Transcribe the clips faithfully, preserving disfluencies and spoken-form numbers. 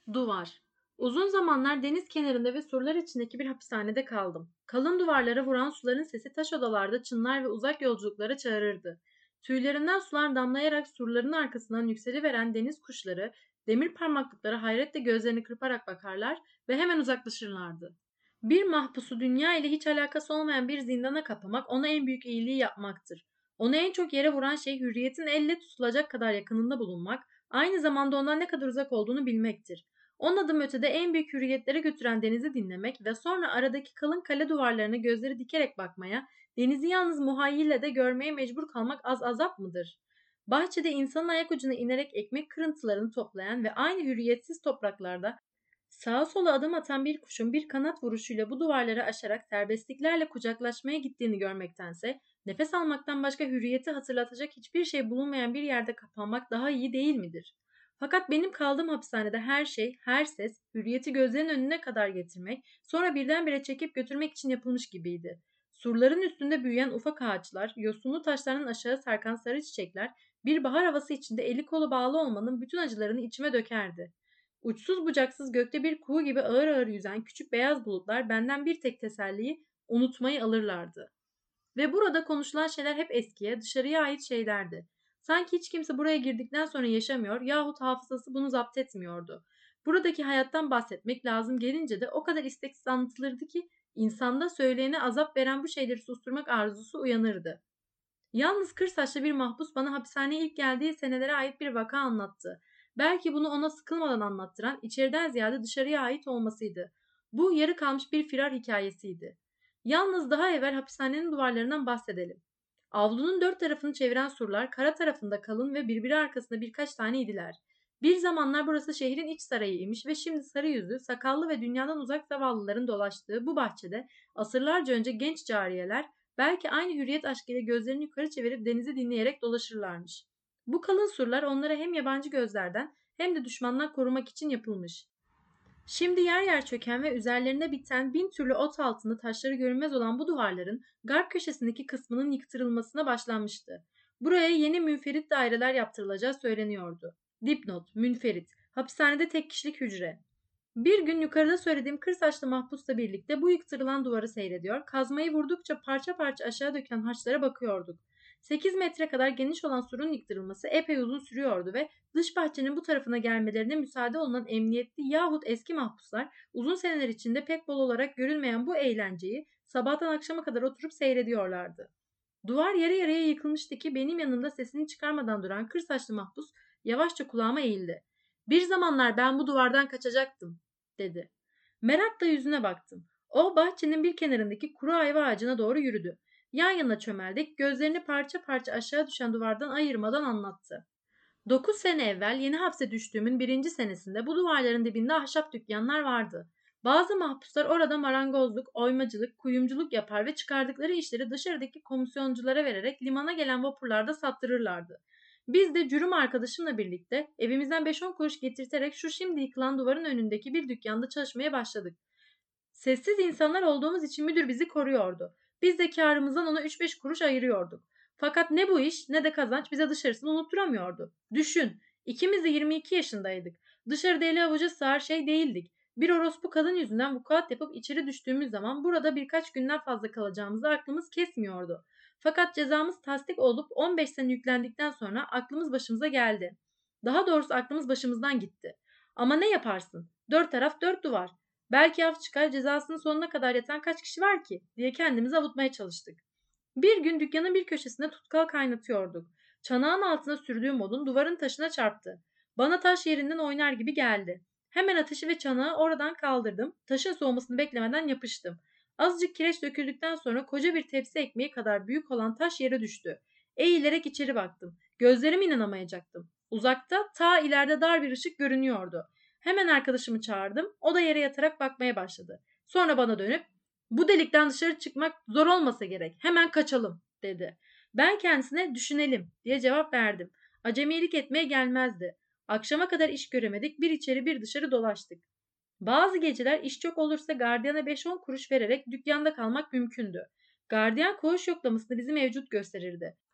Duvar. Uzun zamanlar deniz kenarında ve surlar içindeki bir hapishanede kaldım. Kalın duvarlara vuran suların sesi taş odalarda çınlar ve uzak yolculuklara çağırırdı. Tüylerinden sular damlayarak surların arkasından yükseliveren deniz kuşları, demir parmaklıklara hayretle gözlerini kırparak bakarlar ve hemen uzaklaşırlardı. Bir mahpusu dünya ile hiç alakası olmayan bir zindana kapamak ona en büyük iyiliği yapmaktır. Onu en çok yere vuran şey hürriyetin elle tutulacak kadar yakınında bulunmak, aynı zamanda ondan ne kadar uzak olduğunu bilmektir. On adım ötede en büyük hürriyetlere götüren denizi dinlemek ve sonra aradaki kalın kale duvarlarına gözleri dikerek bakmaya, denizi yalnız muhayyile de görmeye mecbur kalmak az azap mıdır? Bahçede insanın ayak ucuna inerek ekmek kırıntılarını toplayan ve aynı hürriyetsiz topraklarda sağa sola adım atan bir kuşun bir kanat vuruşuyla bu duvarları aşarak serbestliklerle kucaklaşmaya gittiğini görmektense, nefes almaktan başka hürriyeti hatırlatacak hiçbir şey bulunmayan bir yerde kapanmak daha iyi değil midir? Fakat benim kaldığım hapishanede her şey, her ses, hürriyeti gözlerin önüne kadar getirmek, sonra birdenbire çekip götürmek için yapılmış gibiydi. Surların üstünde büyüyen ufak ağaçlar, yosunlu taşların aşağı sarkan sarı çiçekler, bir bahar havası içinde eli kolu bağlı olmanın bütün acılarını içime dökerdi. Uçsuz bucaksız gökte bir kuğu gibi ağır ağır yüzen küçük beyaz bulutlar benden bir tek teselliyi, unutmayı alırlardı. Ve burada konuşulan şeyler hep eskiye, dışarıya ait şeylerdi. Sanki hiç kimse buraya girdikten sonra yaşamıyor yahut hafızası bunu zapt etmiyordu. Buradaki hayattan bahsetmek lazım gelince de o kadar isteksiz anlatılırdı ki insanda söyleyene azap veren bu şeyleri susturmak arzusu uyanırdı. Yalnız kır saçlı bir mahpus bana hapishaneye ilk geldiği senelere ait bir vaka anlattı. Belki bunu ona sıkılmadan anlattıran içeriden ziyade dışarıya ait olmasıydı. Bu yarı kalmış bir firar hikayesiydi. Yalnız daha evvel hapishanenin duvarlarından bahsedelim. Avlunun dört tarafını çeviren surlar kara tarafında kalın ve birbiri arkasında birkaç tane idiler. Bir zamanlar burası şehrin iç sarayı imiş ve şimdi sarı yüzlü, sakallı ve dünyadan uzak zavallıların dolaştığı bu bahçede asırlarca önce genç cariyeler belki aynı hürriyet aşkıyla gözlerini yukarı çevirip denizi dinleyerek dolaşırlarmış. Bu kalın surlar onlara hem yabancı gözlerden hem de düşmandan korumak için yapılmış. Şimdi yer yer çöken ve üzerlerine biten bin türlü ot altında taşları görünmez olan bu duvarların garp köşesindeki kısmının yıktırılmasına başlanmıştı. Buraya yeni münferit daireler yaptırılacağı söyleniyordu. Dipnot, münferit, hapishanede tek kişilik hücre. Bir gün yukarıda söylediğim kır saçlı mahpusla birlikte bu yıktırılan duvarı seyrediyor, kazmayı vurdukça parça parça aşağı dökülen harçlara bakıyorduk. Sekiz metre kadar geniş olan surun yıktırılması epey uzun sürüyordu ve dış bahçenin bu tarafına gelmelerine müsaade olunan emniyetli yahut eski mahpuslar uzun seneler içinde pek bol olarak görülmeyen bu eğlenceyi sabahtan akşama kadar oturup seyrediyorlardı. Duvar yarı yarıya yıkılmıştı ki benim yanımda sesini çıkarmadan duran kır saçlı mahpus yavaşça kulağıma eğildi. Bir zamanlar ben bu duvardan kaçacaktım, dedi. Merakla yüzüne baktım. O bahçenin bir kenarındaki kuru ayva ağacına doğru yürüdü. Yan yana çömeldik, gözlerini parça parça aşağı düşen duvardan ayırmadan anlattı. Dokuz sene evvel yeni hapse düştüğümün birinci senesinde bu duvarların dibinde ahşap dükkanlar vardı. Bazı mahpuslar orada marangozluk, oymacılık, kuyumculuk yapar ve çıkardıkları işleri dışarıdaki komisyonculara vererek limana gelen vapurlarda sattırırlardı. Biz de cürüm arkadaşımla birlikte evimizden beş on kuruş getirterek şu şimdi yıkılan duvarın önündeki bir dükkanda çalışmaya başladık. Sessiz insanlar olduğumuz için müdür bizi koruyordu. Biz de kârımızdan ona üç beş kuruş ayırıyorduk. Fakat ne bu iş ne de kazanç bize dışarısını unutturamıyordu. Düşün, ikimiz de yirmi iki yaşındaydık. Dışarıda eli avuca sığar şey değildik. Bir orospu kadın yüzünden vukuat yapıp içeri düştüğümüz zaman burada birkaç günden fazla kalacağımızı aklımız kesmiyordu. Fakat cezamız tasdik olup on beş sene yüklendikten sonra aklımız başımıza geldi. Daha doğrusu aklımız başımızdan gitti. Ama ne yaparsın? Dört taraf dört duvar. Belki af çıkar, cezasının sonuna kadar yatan kaç kişi var ki diye kendimizi avutmaya çalıştık. Bir gün dükkanın bir köşesinde tutkal kaynatıyorduk. Çanağın altına sürdüğüm odun duvarın taşına çarptı. Bana taş yerinden oynar gibi geldi. Hemen ateşi ve çanağı oradan kaldırdım. Taşın soğumasını beklemeden yapıştım. Azıcık kireç döküldükten sonra koca bir tepsi ekmeği kadar büyük olan taş yere düştü. Eğilerek içeri baktım. Gözlerime inanamayacaktım. Uzakta, ta ileride dar bir ışık görünüyordu. Hemen arkadaşımı çağırdım. O da yere yatarak bakmaya başladı. Sonra bana dönüp bu delikten dışarı çıkmak zor olmasa gerek. Hemen kaçalım, dedi. Ben kendisine düşünelim diye cevap verdim. Acemilik etmeye gelmezdi. Akşama kadar iş göremedik. Bir içeri bir dışarı dolaştık. Bazı geceler iş çok olursa gardiyana beş on kuruş vererek dükkanda kalmak mümkündü. Gardiyan koğuş yoklamasını bizi mevcut gösterirdi.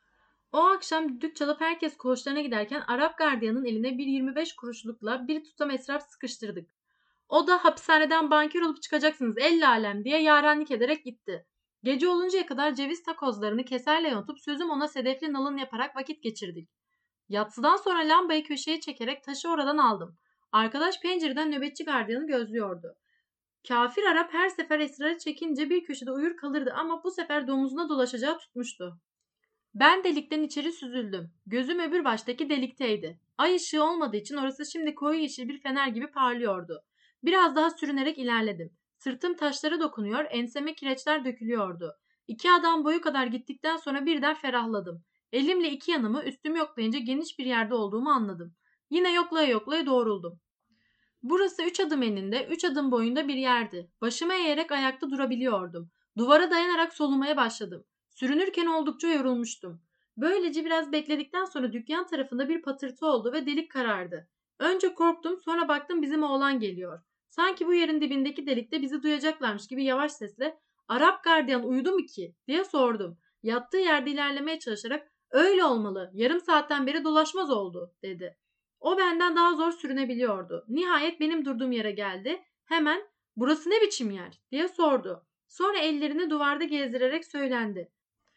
O akşam düdük çalıp herkes koğuşlarına giderken Arap gardiyanın eline bir yirmi beş kuruşlukla bir tutam esraf sıkıştırdık. O da hapishaneden banker olup çıkacaksınız el alem diye yarenlik ederek gitti. Gece oluncaya kadar ceviz takozlarını keserle yonutup sözüm ona sedefli nalın yaparak vakit geçirdik. Yatsıdan sonra lambayı köşeye çekerek taşı oradan aldım. Arkadaş pencereden nöbetçi gardiyanı gözlüyordu. Kafir Arap her sefer esrarı çekince bir köşede uyur kalırdı ama bu sefer domuzuna dolaşacağı tutmuştu. Ben delikten içeri süzüldüm. Gözüm öbür baştaki delikteydi. Ay ışığı olmadığı için orası şimdi koyu yeşil bir fener gibi parlıyordu. Biraz daha sürünerek ilerledim. Sırtım taşlara dokunuyor, enseme kireçler dökülüyordu. İki adam boyu kadar gittikten sonra birden ferahladım. Elimle iki yanımı üstümü yoklayınca geniş bir yerde olduğumu anladım. Yine yoklaya yoklaya doğruldum. Burası üç adım eninde, üç adım boyunda bir yerdi. Başımı eğerek ayakta durabiliyordum. Duvara dayanarak solumaya başladım. Sürünürken oldukça yorulmuştum. Böylece biraz bekledikten sonra dükkan tarafında bir patırtı oldu ve delik karardı. Önce korktum, sonra baktım bizim oğlan geliyor. Sanki bu yerin dibindeki delikte bizi duyacaklarmış gibi yavaş sesle "Arap gardiyan uyudu mu ki?" diye sordum. Yattığı yerde ilerlemeye çalışarak "Öyle olmalı, yarım saatten beri dolaşmaz oldu." dedi. O benden daha zor sürünebiliyordu. Nihayet benim durduğum yere geldi. Hemen "Burası ne biçim yer?" diye sordu. Sonra ellerini duvarda gezdirerek söylendi.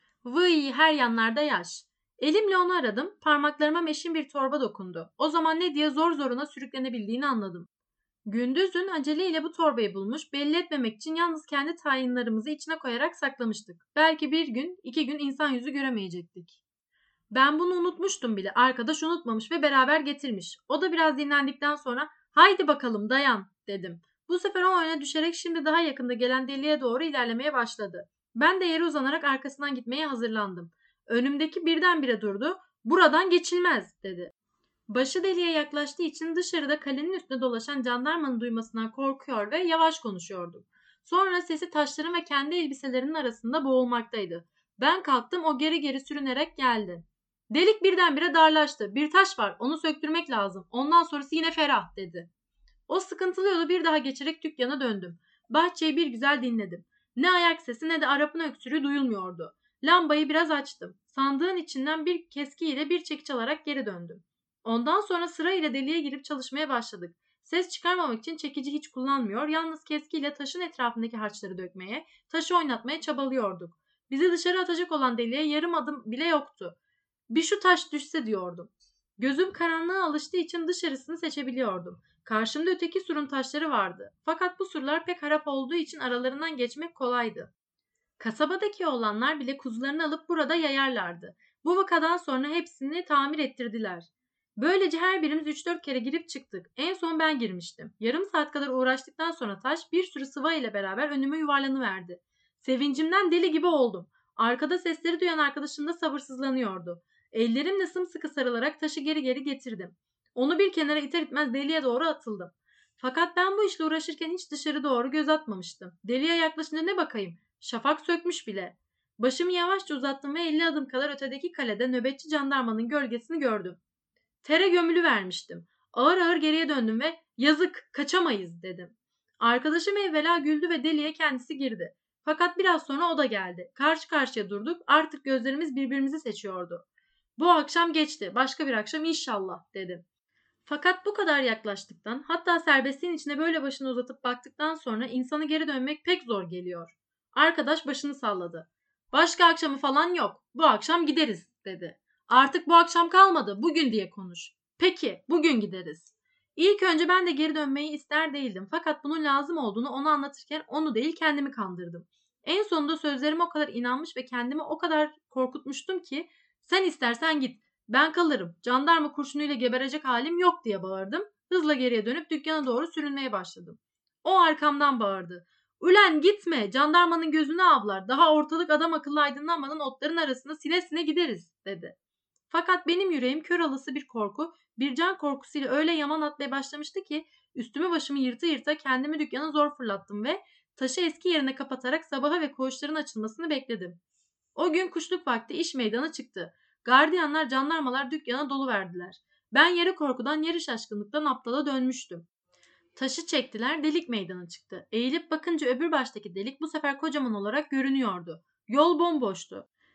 Vıy, her yanlarda yaş. Elimle onu aradım. Parmaklarıma meşin bir torba dokundu. O zaman ne diye zor zoruna sürüklenebildiğini anladım. Gündüzün aceleyle bu torbayı bulmuş, belli etmemek için yalnız kendi tayinlarımızı içine koyarak saklamıştık. Belki bir gün, iki gün insan yüzü göremeyecektik. Ben bunu unutmuştum bile. Arkadaş unutmamış ve beraber getirmiş. O da biraz dinlendikten sonra "Haydi bakalım dayan" dedim. Bu sefer o öne düşerek şimdi daha yakında gelen deliğe doğru ilerlemeye başladı. Ben de yere uzanarak arkasından gitmeye hazırlandım. Önümdeki birdenbire durdu. "Buradan geçilmez" dedi. Başı deliğe yaklaştığı için dışarıda kalenin üstünde dolaşan jandarmanın duymasından korkuyor ve yavaş konuşuyordum. Sonra sesi taşların ve kendi elbiselerinin arasında boğulmaktaydı. Ben kalktım, o geri geri sürünerek geldi. Delik birdenbire darlaştı. "Bir taş var, onu söktürmek lazım. Ondan sonrası yine ferah" dedi. O sıkıntılı yolu bir daha geçerek dükkana döndüm. Bahçeyi bir güzel dinledim. Ne ayak sesi ne de Arap'ın öksürüğü duyulmuyordu. Lambayı biraz açtım. Sandığın içinden bir keskiyle bir çekiç alarak geri döndüm. Ondan sonra sırayla deliğe girip çalışmaya başladık. Ses çıkarmamak için çekici hiç kullanmıyor, yalnız keskiyle taşın etrafındaki harçları dökmeye, taşı oynatmaya çabalıyorduk. Bizi dışarı atacak olan deliğe yarım adım bile yoktu. Bir şu taş düşse diyordum. Gözüm karanlığa alıştığı için dışarısını seçebiliyordum. Karşımda öteki surun taşları vardı. Fakat bu surlar pek harap olduğu için aralarından geçmek kolaydı. Kasabadaki oğlanlar bile kuzularını alıp burada yayarlardı. Bu vakadan sonra hepsini tamir ettirdiler. Böylece her birimiz üç dört kere girip çıktık. En son ben girmiştim. Yarım saat kadar uğraştıktan sonra taş bir sürü sıva ile beraber önüme yuvarlanıverdi. Sevincimden deli gibi oldum. Arkada sesleri duyan arkadaşım da sabırsızlanıyordu. Ellerimle sımsıkı sarılarak taşı geri geri getirdim. Onu bir kenara iter itmez deliğe doğru atıldım. Fakat ben bu işle uğraşırken hiç dışarı doğru göz atmamıştım. Deliğe yaklaşınca ne bakayım? Şafak sökmüş bile. Başımı yavaşça uzattım ve elli adım kadar ötedeki kalede nöbetçi jandarmanın gölgesini gördüm. Tere gömülü vermiştim. Ağır ağır geriye döndüm ve "Yazık, kaçamayız" dedim. Arkadaşım evvela güldü ve deliğe kendisi girdi. Fakat biraz sonra o da geldi. Karşı karşıya durduk. Artık gözlerimiz birbirimizi seçiyordu. "Bu akşam geçti. Başka bir akşam inşallah" dedim. Fakat bu kadar yaklaştıktan, hatta serbestliğin içine böyle başını uzatıp baktıktan sonra insanı geri dönmek pek zor geliyor. Arkadaş başını salladı. "Başka akşamı falan yok. Bu akşam gideriz" dedi. "Artık bu akşam kalmadı. Bugün diye konuş." "Peki, bugün gideriz." İlk önce ben de geri dönmeyi ister değildim. Fakat bunun lazım olduğunu ona anlatırken onu değil kendimi kandırdım. En sonunda sözlerime o kadar inanmış ve kendimi o kadar korkutmuştum ki "Sen istersen git. Ben kalırım. Jandarma kurşunuyla geberecek halim yok" diye bağırdım. Hızla geriye dönüp dükkana doğru sürünmeye başladım. O arkamdan bağırdı. "Ulen gitme. Jandarmanın gözünü avlar. Daha ortalık adam akıllı aydınlanmadan otların arasında sine sine gideriz" dedi. Fakat benim yüreğim kör alası bir korku, bir can korkusuyla öyle yaman atmaya başlamıştı ki üstümü başımı yırta yırta kendimi dükkana zor fırlattım ve taşı eski yerine kapatarak sabaha ve koğuşların açılmasını bekledim. O gün kuşluk vakti iş meydana çıktı. Gardiyanlar, jandarmalar dükkana dolu verdiler. Ben yarı korkudan yarı şaşkınlıktan aptala dönmüştüm. Taşı çektiler, delik meydana çıktı. Eğilip bakınca öbür baştaki delik bu sefer kocaman olarak görünüyordu. Yol bomboştu.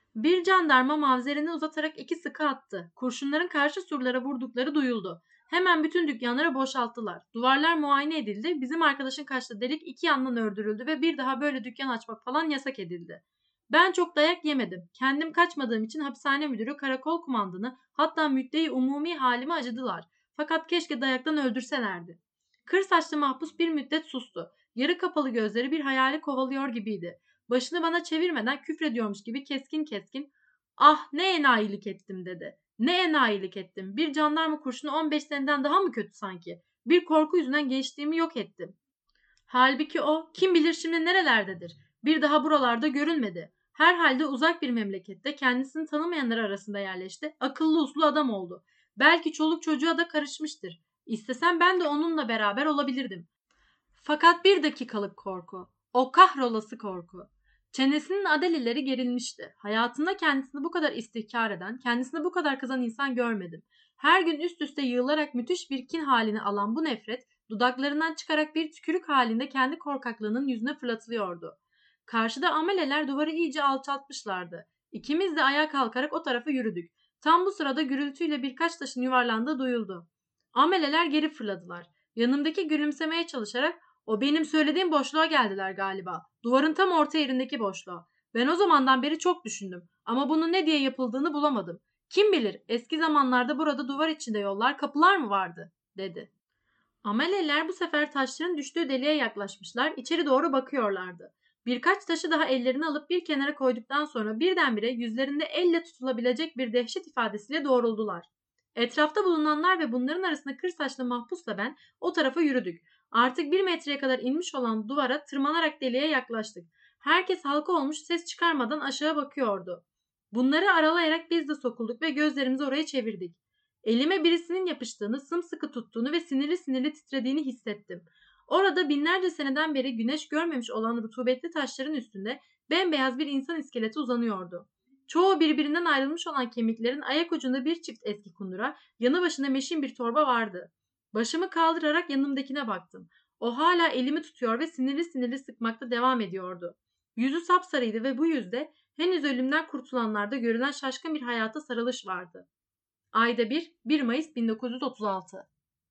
Bir jandarma mavzerini uzatarak iki sıkı attı. Kurşunların karşı surlara vurdukları duyuldu. Hemen bütün dükkanları boşalttılar. Duvarlar muayene edildi. Bizim arkadaşın kaçtığı delik iki yandan ördürüldü ve bir daha böyle dükkan açmak falan yasak edildi. Ben çok dayak yemedim. Kendim kaçmadığım için hapishane müdürü, karakol kumandanı, hatta müddei umumi halime acıdılar. Fakat keşke dayaktan öldürselerdi. Kır saçlı mahpus bir müddet sustu. Yarı kapalı gözleri bir hayali kovalıyor gibiydi. Başını bana çevirmeden küfrediyormuş gibi keskin keskin "Ah ne enayilik ettim" dedi. "Ne enayilik ettim. Bir jandarma kurşunu on beş seneden daha mı kötü sanki? Bir korku yüzünden gençliğimi yok ettim." Halbuki o kim bilir şimdi nerelerdedir. Bir daha buralarda görünmedi. Herhalde uzak bir memlekette kendisini tanımayanlar arasında yerleşti. Akıllı uslu adam oldu. Belki çoluk çocuğa da karışmıştır. İstesem ben de onunla beraber olabilirdim. Fakat bir dakikalık korku. O kahrolası korku. Çenesinin adelileri gerilmişti. Hayatında kendisini bu kadar istihkar eden, kendisine bu kadar kızan insan görmedim. Her gün üst üste yığılarak müthiş bir kin halini alan bu nefret, dudaklarından çıkarak bir tükürük halinde kendi korkaklığının yüzüne fırlatılıyordu. Karşıda ameleler duvarı iyice alçaltmışlardı. İkimiz de ayağa kalkarak o tarafa yürüdük. Tam bu sırada gürültüyle birkaç taşın yuvarlandığı duyuldu. Ameleler geri fırladılar. Yanımdaki gülümsemeye çalışarak "O benim söylediğim boşluğa geldiler galiba. Duvarın tam orta yerindeki boşluğa. Ben o zamandan beri çok düşündüm ama bunun ne diye yapıldığını bulamadım. Kim bilir eski zamanlarda burada duvar içinde yollar, kapılar mı vardı?" dedi. Ameleler bu sefer taşların düştüğü deliğe yaklaşmışlar, içeri doğru bakıyorlardı. Birkaç taşı daha ellerine alıp bir kenara koyduktan sonra birdenbire yüzlerinde elle tutulabilecek bir dehşet ifadesiyle doğruldular. Etrafta bulunanlar ve bunların arasında kır saçlı mahpusla ben o tarafa yürüdük. Artık bir metreye kadar inmiş olan duvara tırmanarak deliğe yaklaştık. Herkes halka olmuş ses çıkarmadan aşağı bakıyordu. Bunları aralayarak biz de sokulduk ve gözlerimizi oraya çevirdik. Elime birisinin yapıştığını, sımsıkı tuttuğunu ve sinirli sinirli titrediğini hissettim. Orada binlerce seneden beri güneş görmemiş olan rutubetli taşların üstünde bembeyaz bir insan iskeleti uzanıyordu. Çoğu birbirinden ayrılmış olan kemiklerin ayak ucunda bir çift eski kundura, yanı başında meşin bir torba vardı. Başımı kaldırarak yanımdakine baktım. O hala elimi tutuyor ve sinirli sinirli sıkmakta devam ediyordu. Yüzü sapsarıydı ve bu yüzde henüz ölümden kurtulanlarda görülen şaşkın bir hayata sarılış vardı. Ayda bir, bir Mayıs bin dokuz yüz otuz altı.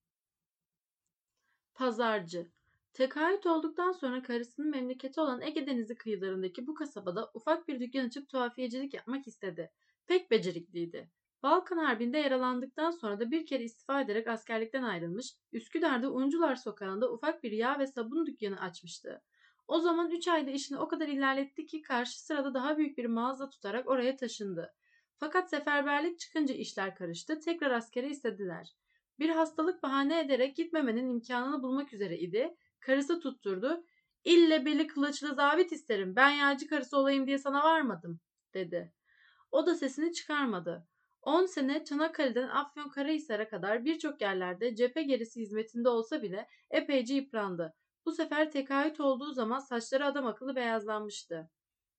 Pazarcı. Tekaüt olduktan sonra karısının memleketi olan Ege Denizi kıyılarındaki bu kasabada ufak bir dükkan açıp tuhafiyecilik yapmak istedi. Pek becerikliydi. Balkan Harbi'nde yaralandıktan sonra da bir kere istifa ederek askerlikten ayrılmış, Üsküdar'da Uncular Sokağı'nda ufak bir yağ ve sabun dükkanı açmıştı. O zaman üç ayda işini o kadar ilerletti ki karşı sırada daha büyük bir mağaza tutarak oraya taşındı. Fakat seferberlik çıkınca işler karıştı, tekrar askere istediler. Bir hastalık bahane ederek gitmemenin imkanını bulmak üzere idi. Karısı tutturdu. "İlle beli kılıçlı zabit isterim. Ben yağcı karısı olayım diye sana varmadım," dedi. O da sesini çıkarmadı. On sene Çanakkale'den Afyonkarahisar'a kadar birçok yerlerde cephe gerisi hizmetinde olsa bile epeyce yıprandı. Bu sefer tekaüt olduğu zaman saçları adam akıllı beyazlanmıştı.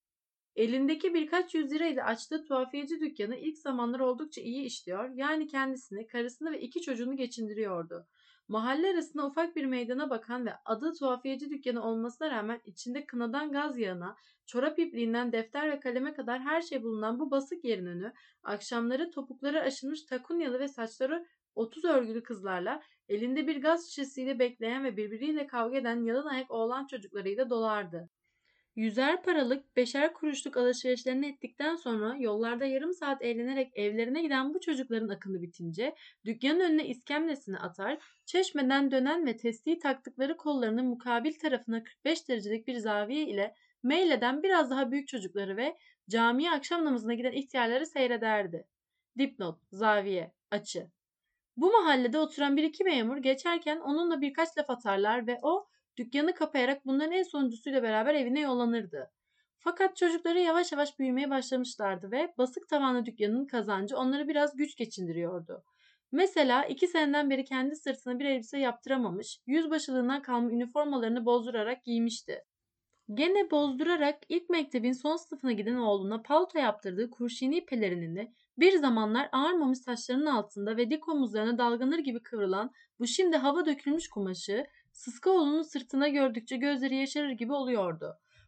Elindeki birkaç yüz lira ile açtığı tuhafiyeci dükkanı ilk zamanlar oldukça iyi işliyor, yani kendisini, karısını ve iki çocuğunu geçindiriyordu. Mahalle arasında ufak bir meydana bakan ve adı tuhafiyeci dükkanı olmasına rağmen içinde kınadan gaz yağına, çorap ipliğinden defter ve kaleme kadar her şey bulunan bu basık yerin önü, akşamları topukları aşınmış takunyalı ve saçları otuz örgülü kızlarla, elinde bir gaz şişesiyle bekleyen ve birbiriyle kavga eden yalın ayak oğlan çocuklarıyla dolardı. Yüzer paralık, beşer kuruşluk alışverişlerini ettikten sonra yollarda yarım saat eğlenerek evlerine giden bu çocukların akını bitince dükkanın önüne iskemlesini atar, çeşmeden dönen ve testiyi taktıkları kollarının mukabil tarafına kırk beş derecelik bir zaviye ile meyleden biraz daha büyük çocukları ve camiye akşam namazına giden ihtiyarları seyrederdi. Dipnot, zaviye, açı. Bu mahallede oturan bir iki memur geçerken onunla birkaç laf atarlar ve o dükkanı kapayarak bunların en sonuncusuyla beraber evine yollanırdı. Fakat çocukları yavaş yavaş büyümeye başlamışlardı ve basık tavanlı dükkanın kazancı onları biraz güç geçindiriyordu. Mesela iki seneden beri kendi sırtına bir elbise yaptıramamış, yüzbaşılığından kalma üniformalarını bozdurarak giymişti. Gene bozdurarak ilk mektebin son sınıfına giden oğluna palto yaptırdığı kurşini pelerinini bir zamanlar ağarmamış saçlarının altında ve dik omuzlarına dalganır gibi kıvrılan bu şimdi hava dökülmüş kumaşı Sıska oğlunun sırtına gördükçe gözleri yaşarır gibi oluyordu.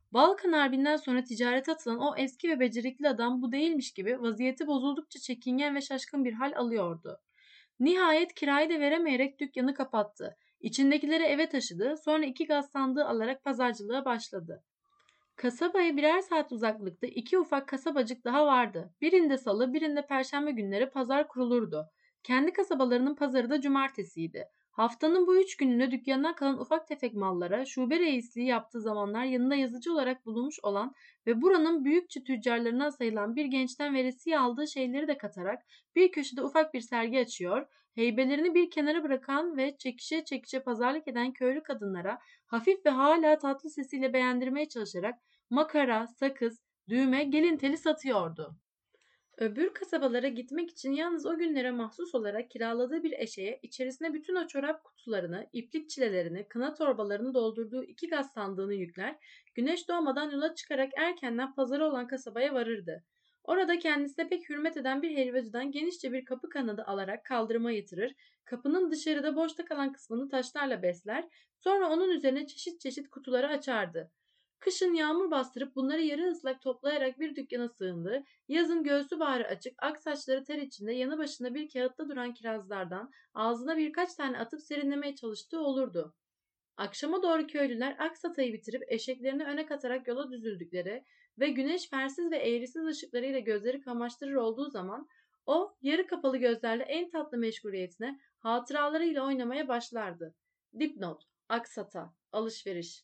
Balkan Harbi'nden sonra ticarete atılan o eski ve becerikli adam bu değilmiş gibi vaziyeti bozuldukça çekingen ve şaşkın bir hal alıyordu. Nihayet kirayı da veremeyerek dükkanı kapattı. İçindekileri eve taşıdı, sonra iki gaz sandığı alarak pazarcılığa başladı. Kasabaya birer saat uzaklıkta iki ufak kasabacık daha vardı. Birinde salı, birinde perşembe günleri pazar kurulurdu. Kendi kasabalarının pazarı da cumartesiydi. Haftanın bu üç gününde dükkanından kalan ufak tefek mallara şube reisliği yaptığı zamanlar yanında yazıcı olarak bulunmuş olan ve buranın büyükçe tüccarlarından sayılan bir gençten veresiye aldığı şeyleri de katarak bir köşede ufak bir sergi açıyor, heybelerini bir kenara bırakan ve çekişe çekişe pazarlık eden köylü kadınlara hafif ve hala tatlı sesiyle beğendirmeye çalışarak makara, sakız, düğme, gelin teli satıyordu. Öbür kasabalara gitmek için yalnız o günlere mahsus olarak kiraladığı bir eşeğe içerisine bütün o çorap kutularını, iplik çilelerini, kına torbalarını doldurduğu iki gaz sandığını yükler, güneş doğmadan yola çıkarak erkenden pazarı olan kasabaya varırdı. Orada kendisine pek hürmet eden bir helvacıdan genişçe bir kapı kanadı alarak kaldırıma yatırır, kapının dışarıda boşta kalan kısmını taşlarla besler, sonra onun üzerine çeşit çeşit kutuları açardı. Kışın yağmur bastırıp bunları yarı ıslak toplayarak bir dükkana sığındı. Yazın göğsü bağrı açık, ak saçları ter içinde yanı başında bir kağıtta duran kirazlardan ağzına birkaç tane atıp serinlemeye çalıştığı olurdu. Akşama doğru köylüler aksatayı bitirip eşeklerini öne katarak yola düzüldükleri ve güneş fersiz ve eğrisiz ışıklarıyla gözleri kamaştırır olduğu zaman o yarı kapalı gözlerle en tatlı meşguliyetine hatıralarıyla oynamaya başlardı. Dipnot, aksata, alışveriş.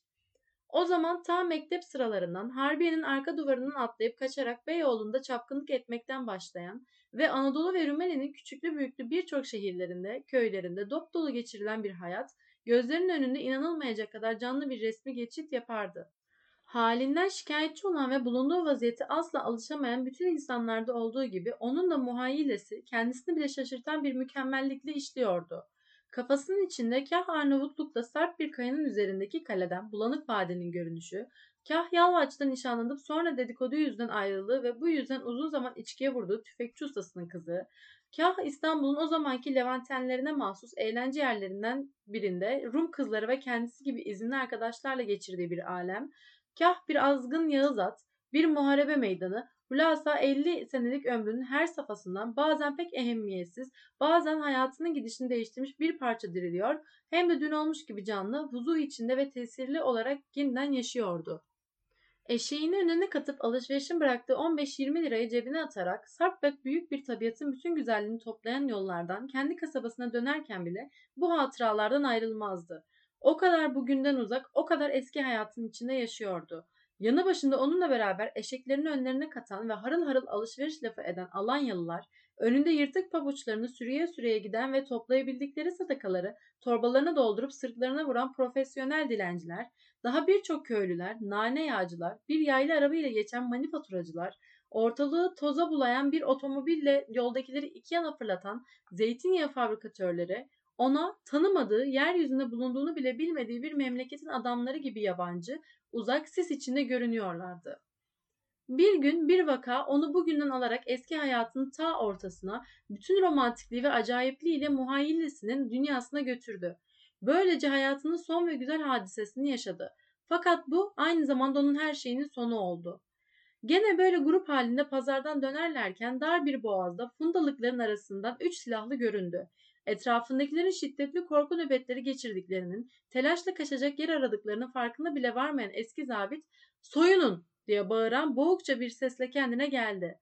O zaman ta mektep sıralarından Harbiye'nin arka duvarından atlayıp kaçarak Beyoğlu'nda çapkınlık etmekten başlayan ve Anadolu ve Rumeli'nin küçüklü büyüklü birçok şehirlerinde, köylerinde dop dolu geçirilen bir hayat, gözlerinin önünde inanılmayacak kadar canlı bir resmi geçit yapardı. Halinden şikayetçi olan ve bulunduğu vaziyete asla alışamayan bütün insanlarda olduğu gibi onun da muhayyilesi kendisini bile şaşırtan bir mükemmellikle işliyordu. Kafasının içinde kah Arnavutluk'ta sarp bir kayanın üzerindeki kaleden bulanık vadenin görünüşü, kah Yalvaç'ta nişanlanıp sonra dedikodu yüzünden ayrıldığı ve bu yüzden uzun zaman içkiye vurduğu tüfekçi ustasının kızı, kah İstanbul'un o zamanki Levantenlerine mahsus eğlence yerlerinden birinde Rum kızları ve kendisi gibi izinli arkadaşlarla geçirdiği bir alem, kah bir azgın Yağız at, bir muharebe meydanı, hulasa elli senelik ömrünün her safhasından bazen pek ehemmiyetsiz, bazen hayatının gidişini değiştirmiş bir parça diriliyor, hem de dün olmuş gibi canlı, vuzu içinde ve tesirli olarak yeniden yaşıyordu. Eşeğini önüne katıp alışverişin bıraktığı on beş yirmi lirayı cebine atarak sarp ve büyük bir tabiatın bütün güzelliğini toplayan yollardan kendi kasabasına dönerken bile bu hatıralardan ayrılmazdı. O kadar bugünden uzak, o kadar eski hayatın içinde yaşıyordu. Yanı başında onunla beraber eşeklerini önlerine katan ve harıl harıl alışveriş lafı eden Alanyalılar, önünde yırtık pabuçlarını sürüye sürüye giden ve toplayabildikleri sadakaları torbalarına doldurup sırtlarına vuran profesyonel dilenciler, daha birçok köylüler, nane yağcılar, bir yaylı arabayla geçen manifaturacılar, ortalığı toza bulayan bir otomobille yoldakileri iki yana fırlatan zeytinyağı fabrikatörleri, ona tanımadığı, yeryüzünde bulunduğunu bile bilmediği bir memleketin adamları gibi yabancı, uzak sis içinde görünüyorlardı. Bir gün bir vaka onu bugünden alarak eski hayatının ta ortasına, bütün romantikliği ve acayipliğiyle muhayyilesinin dünyasına götürdü. Böylece hayatının son ve güzel hadisesini yaşadı. Fakat bu aynı zamanda onun her şeyinin sonu oldu. Gene böyle grup halinde pazardan dönerlerken dar bir boğazda fundalıkların arasından üç silahlı göründü. Etrafındakilerin şiddetli korku nöbetleri geçirdiklerinin, telaşla kaçacak yer aradıklarının farkında bile varmayan eski zabit, "Soyunun!" diye bağıran boğukça bir sesle kendine geldi.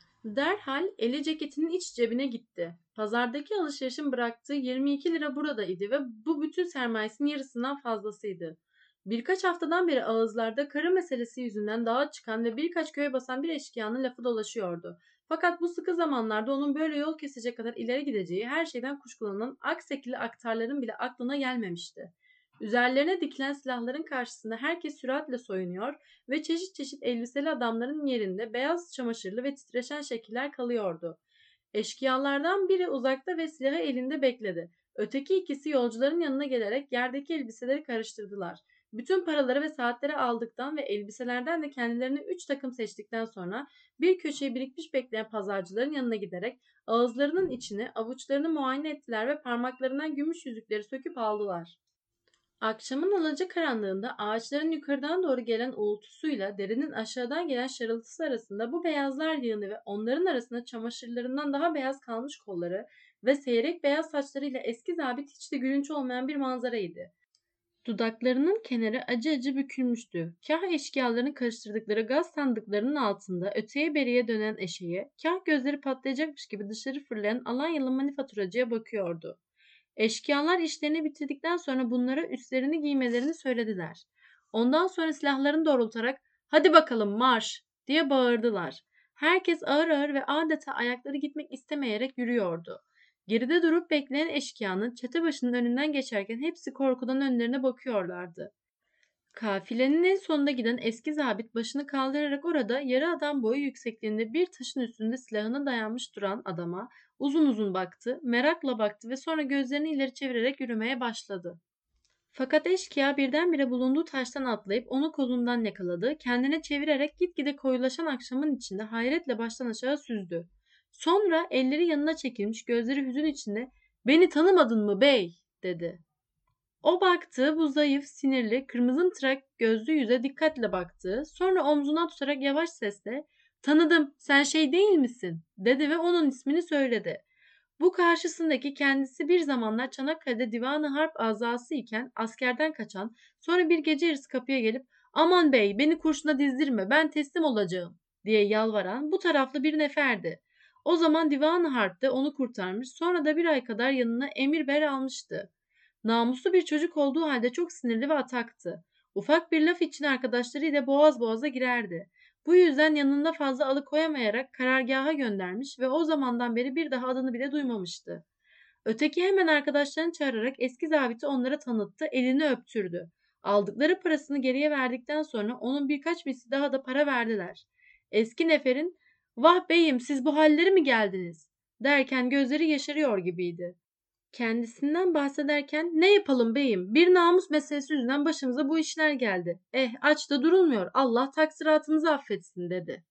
Derhal eli ceketinin iç cebine gitti. Pazardaki alışverişin bıraktığı yirmi iki lira burada idi ve bu bütün sermayesinin yarısından fazlasıydı. Birkaç haftadan beri ağızlarda karı meselesi yüzünden dağa çıkan ve birkaç köye basan bir eşkıyanın lafı dolaşıyordu. Fakat bu sıkı zamanlarda onun böyle yol kesecek kadar ileri gideceği her şeyden kuşkulanan aksekili aktarların bile aklına gelmemişti. Üzerlerine dikilen silahların karşısında herkes süratle soyunuyor ve çeşit çeşit elbiseli adamların yerinde beyaz çamaşırlı ve titreşen şekiller kalıyordu. Eşkıyalardan biri uzakta ve silahı elinde bekledi. Öteki ikisi yolcuların yanına gelerek yerdeki elbiseleri karıştırdılar. Bütün paraları ve saatleri aldıktan ve elbiselerden de kendilerine üç takım seçtikten sonra bir köşeye birikmiş bekleyen pazarcıların yanına giderek ağızlarının içini, avuçlarını muayene ettiler ve parmaklarından gümüş yüzükleri söküp aldılar. Akşamın alacakaranlığında ağaçların yukarıdan doğru gelen uğultusuyla derinin aşağıdan gelen şarıltısı arasında bu beyazlar yığını ve onların arasında çamaşırlarından daha beyaz kalmış kolları ve seyrek beyaz saçlarıyla eski zabit hiç de gülünç olmayan bir manzaraydı. Dudaklarının kenarı acı acı bükülmüştü. Kah eşkıyaların karıştırdıkları gaz sandıklarının altında öteye beriye dönen eşeğe, kah gözleri patlayacakmış gibi dışarı fırlayan Alanyalı manifaturacıya bakıyordu. Eşkıyalar işlerini bitirdikten sonra bunlara üstlerini giymelerini söylediler. Ondan sonra silahlarını doğrultarak "Hadi bakalım marş!" diye bağırdılar. Herkes ağır ağır ve adeta ayakları gitmek istemeyerek yürüyordu. Geride durup bekleyen eşkıyanın çete başının önünden geçerken hepsi korkudan önlerine bakıyorlardı. Kafilenin en sonunda giden eski zabit başını kaldırarak orada yarı adam boyu yüksekliğinde bir taşın üstünde silahına dayanmış duran adama uzun uzun baktı, merakla baktı ve sonra gözlerini ileri çevirerek yürümeye başladı. Fakat eşkıya birdenbire bulunduğu taştan atlayıp onu kolundan yakaladı, kendine çevirerek gitgide koyulaşan akşamın içinde hayretle baştan aşağı süzdü. Sonra elleri yanına çekilmiş, gözleri hüzün içinde "Beni tanımadın mı bey?" dedi. O baktı, bu zayıf, sinirli, kırmızımtırak gözlü yüze dikkatle baktı. Sonra omzuna tutarak yavaş sesle "Tanıdım, sen şey değil misin?" dedi ve onun ismini söyledi. Bu karşısındaki kendisi bir zamanlar Çanakkale'de Divan-ı Harp azası iken askerden kaçan, sonra bir gece yarısı kapıya gelip "Aman bey, beni kurşuna dizdirme, ben teslim olacağım" diye yalvaran bu taraflı bir neferdi. O zaman Divan-ı Harp'te onu kurtarmış, sonra da bir ay kadar yanına emir ber almıştı. Namuslu bir çocuk olduğu halde çok sinirli ve ataktı. Ufak bir laf için arkadaşlarıyla boğaz boğaza girerdi. Bu yüzden yanında fazla alıkoyamayarak karargaha göndermiş ve o zamandan beri bir daha adını bile duymamıştı. Öteki hemen arkadaşlarını çağırarak eski zabiti onlara tanıttı, elini öptürdü. Aldıkları parasını geriye verdikten sonra onun birkaç misli daha da para verdiler. Eski neferin "Vah beyim, siz bu halleri mi geldiniz?" derken gözleri yaşarıyor gibiydi. Kendisinden bahsederken "Ne yapalım beyim? Bir namus meselesi yüzünden başımıza bu işler geldi. Eh, aç da durulmuyor. Allah taksiratınızı affetsin" dedi.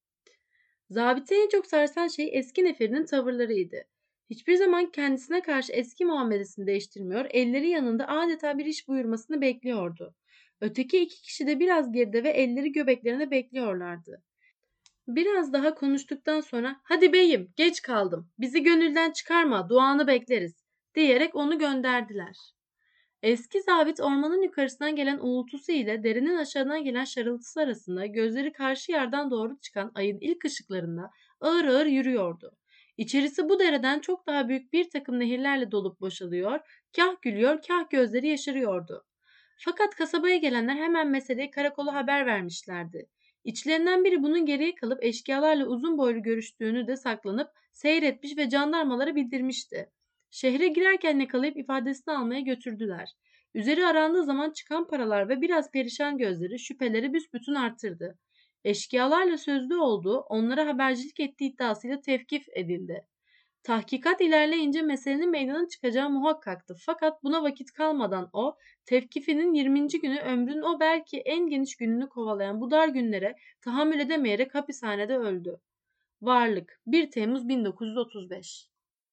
Zabiti en çok sarsan şey eski neferinin tavırlarıydı. Hiçbir zaman kendisine karşı eski muamelesini değiştirmiyor, elleri yanında adeta bir iş buyurmasını bekliyordu. Öteki iki kişi de biraz geride ve elleri göbeklerine bekliyorlardı. Biraz daha konuştuktan sonra "Hadi beyim, geç kaldım. Bizi gönülden çıkarma, duanı bekleriz" diyerek onu gönderdiler. Eski zabit ormanın yukarısından gelen uğultusu ile derinin aşağıdan gelen şarıltısı arasında gözleri karşı yerden doğru çıkan ayın ilk ışıklarında ağır ağır yürüyordu. İçerisi bu dereden çok daha büyük bir takım nehirlerle dolup boşalıyor, kah gülüyor, kah gözleri yaşarıyordu. Fakat kasabaya gelenler hemen meseleyi karakola haber vermişlerdi. İçlerinden biri bunun geriye kalıp eşkıyalarla uzun boylu görüştüğünü de saklanıp seyretmiş ve jandarmalara bildirmişti. Şehre girerken yakalayıp ifadesini almaya götürdüler. Üzeri arandığı zaman çıkan paralar ve biraz perişan gözleri şüpheleri büsbütün artırdı. Eşkıyalarla sözlü olduğu, onlara habercilik ettiği iddiasıyla tevkif edildi. Tahkikat ilerleyince meselenin meydana çıkacağı muhakkaktı. Fakat buna vakit kalmadan o, tevkifinin yirminci günü ömrünün o belki en geniş gününü kovalayan bu dar günlere tahammül edemeyerek hapishanede öldü. Varlık bir Temmuz bin dokuz yüz otuz beş.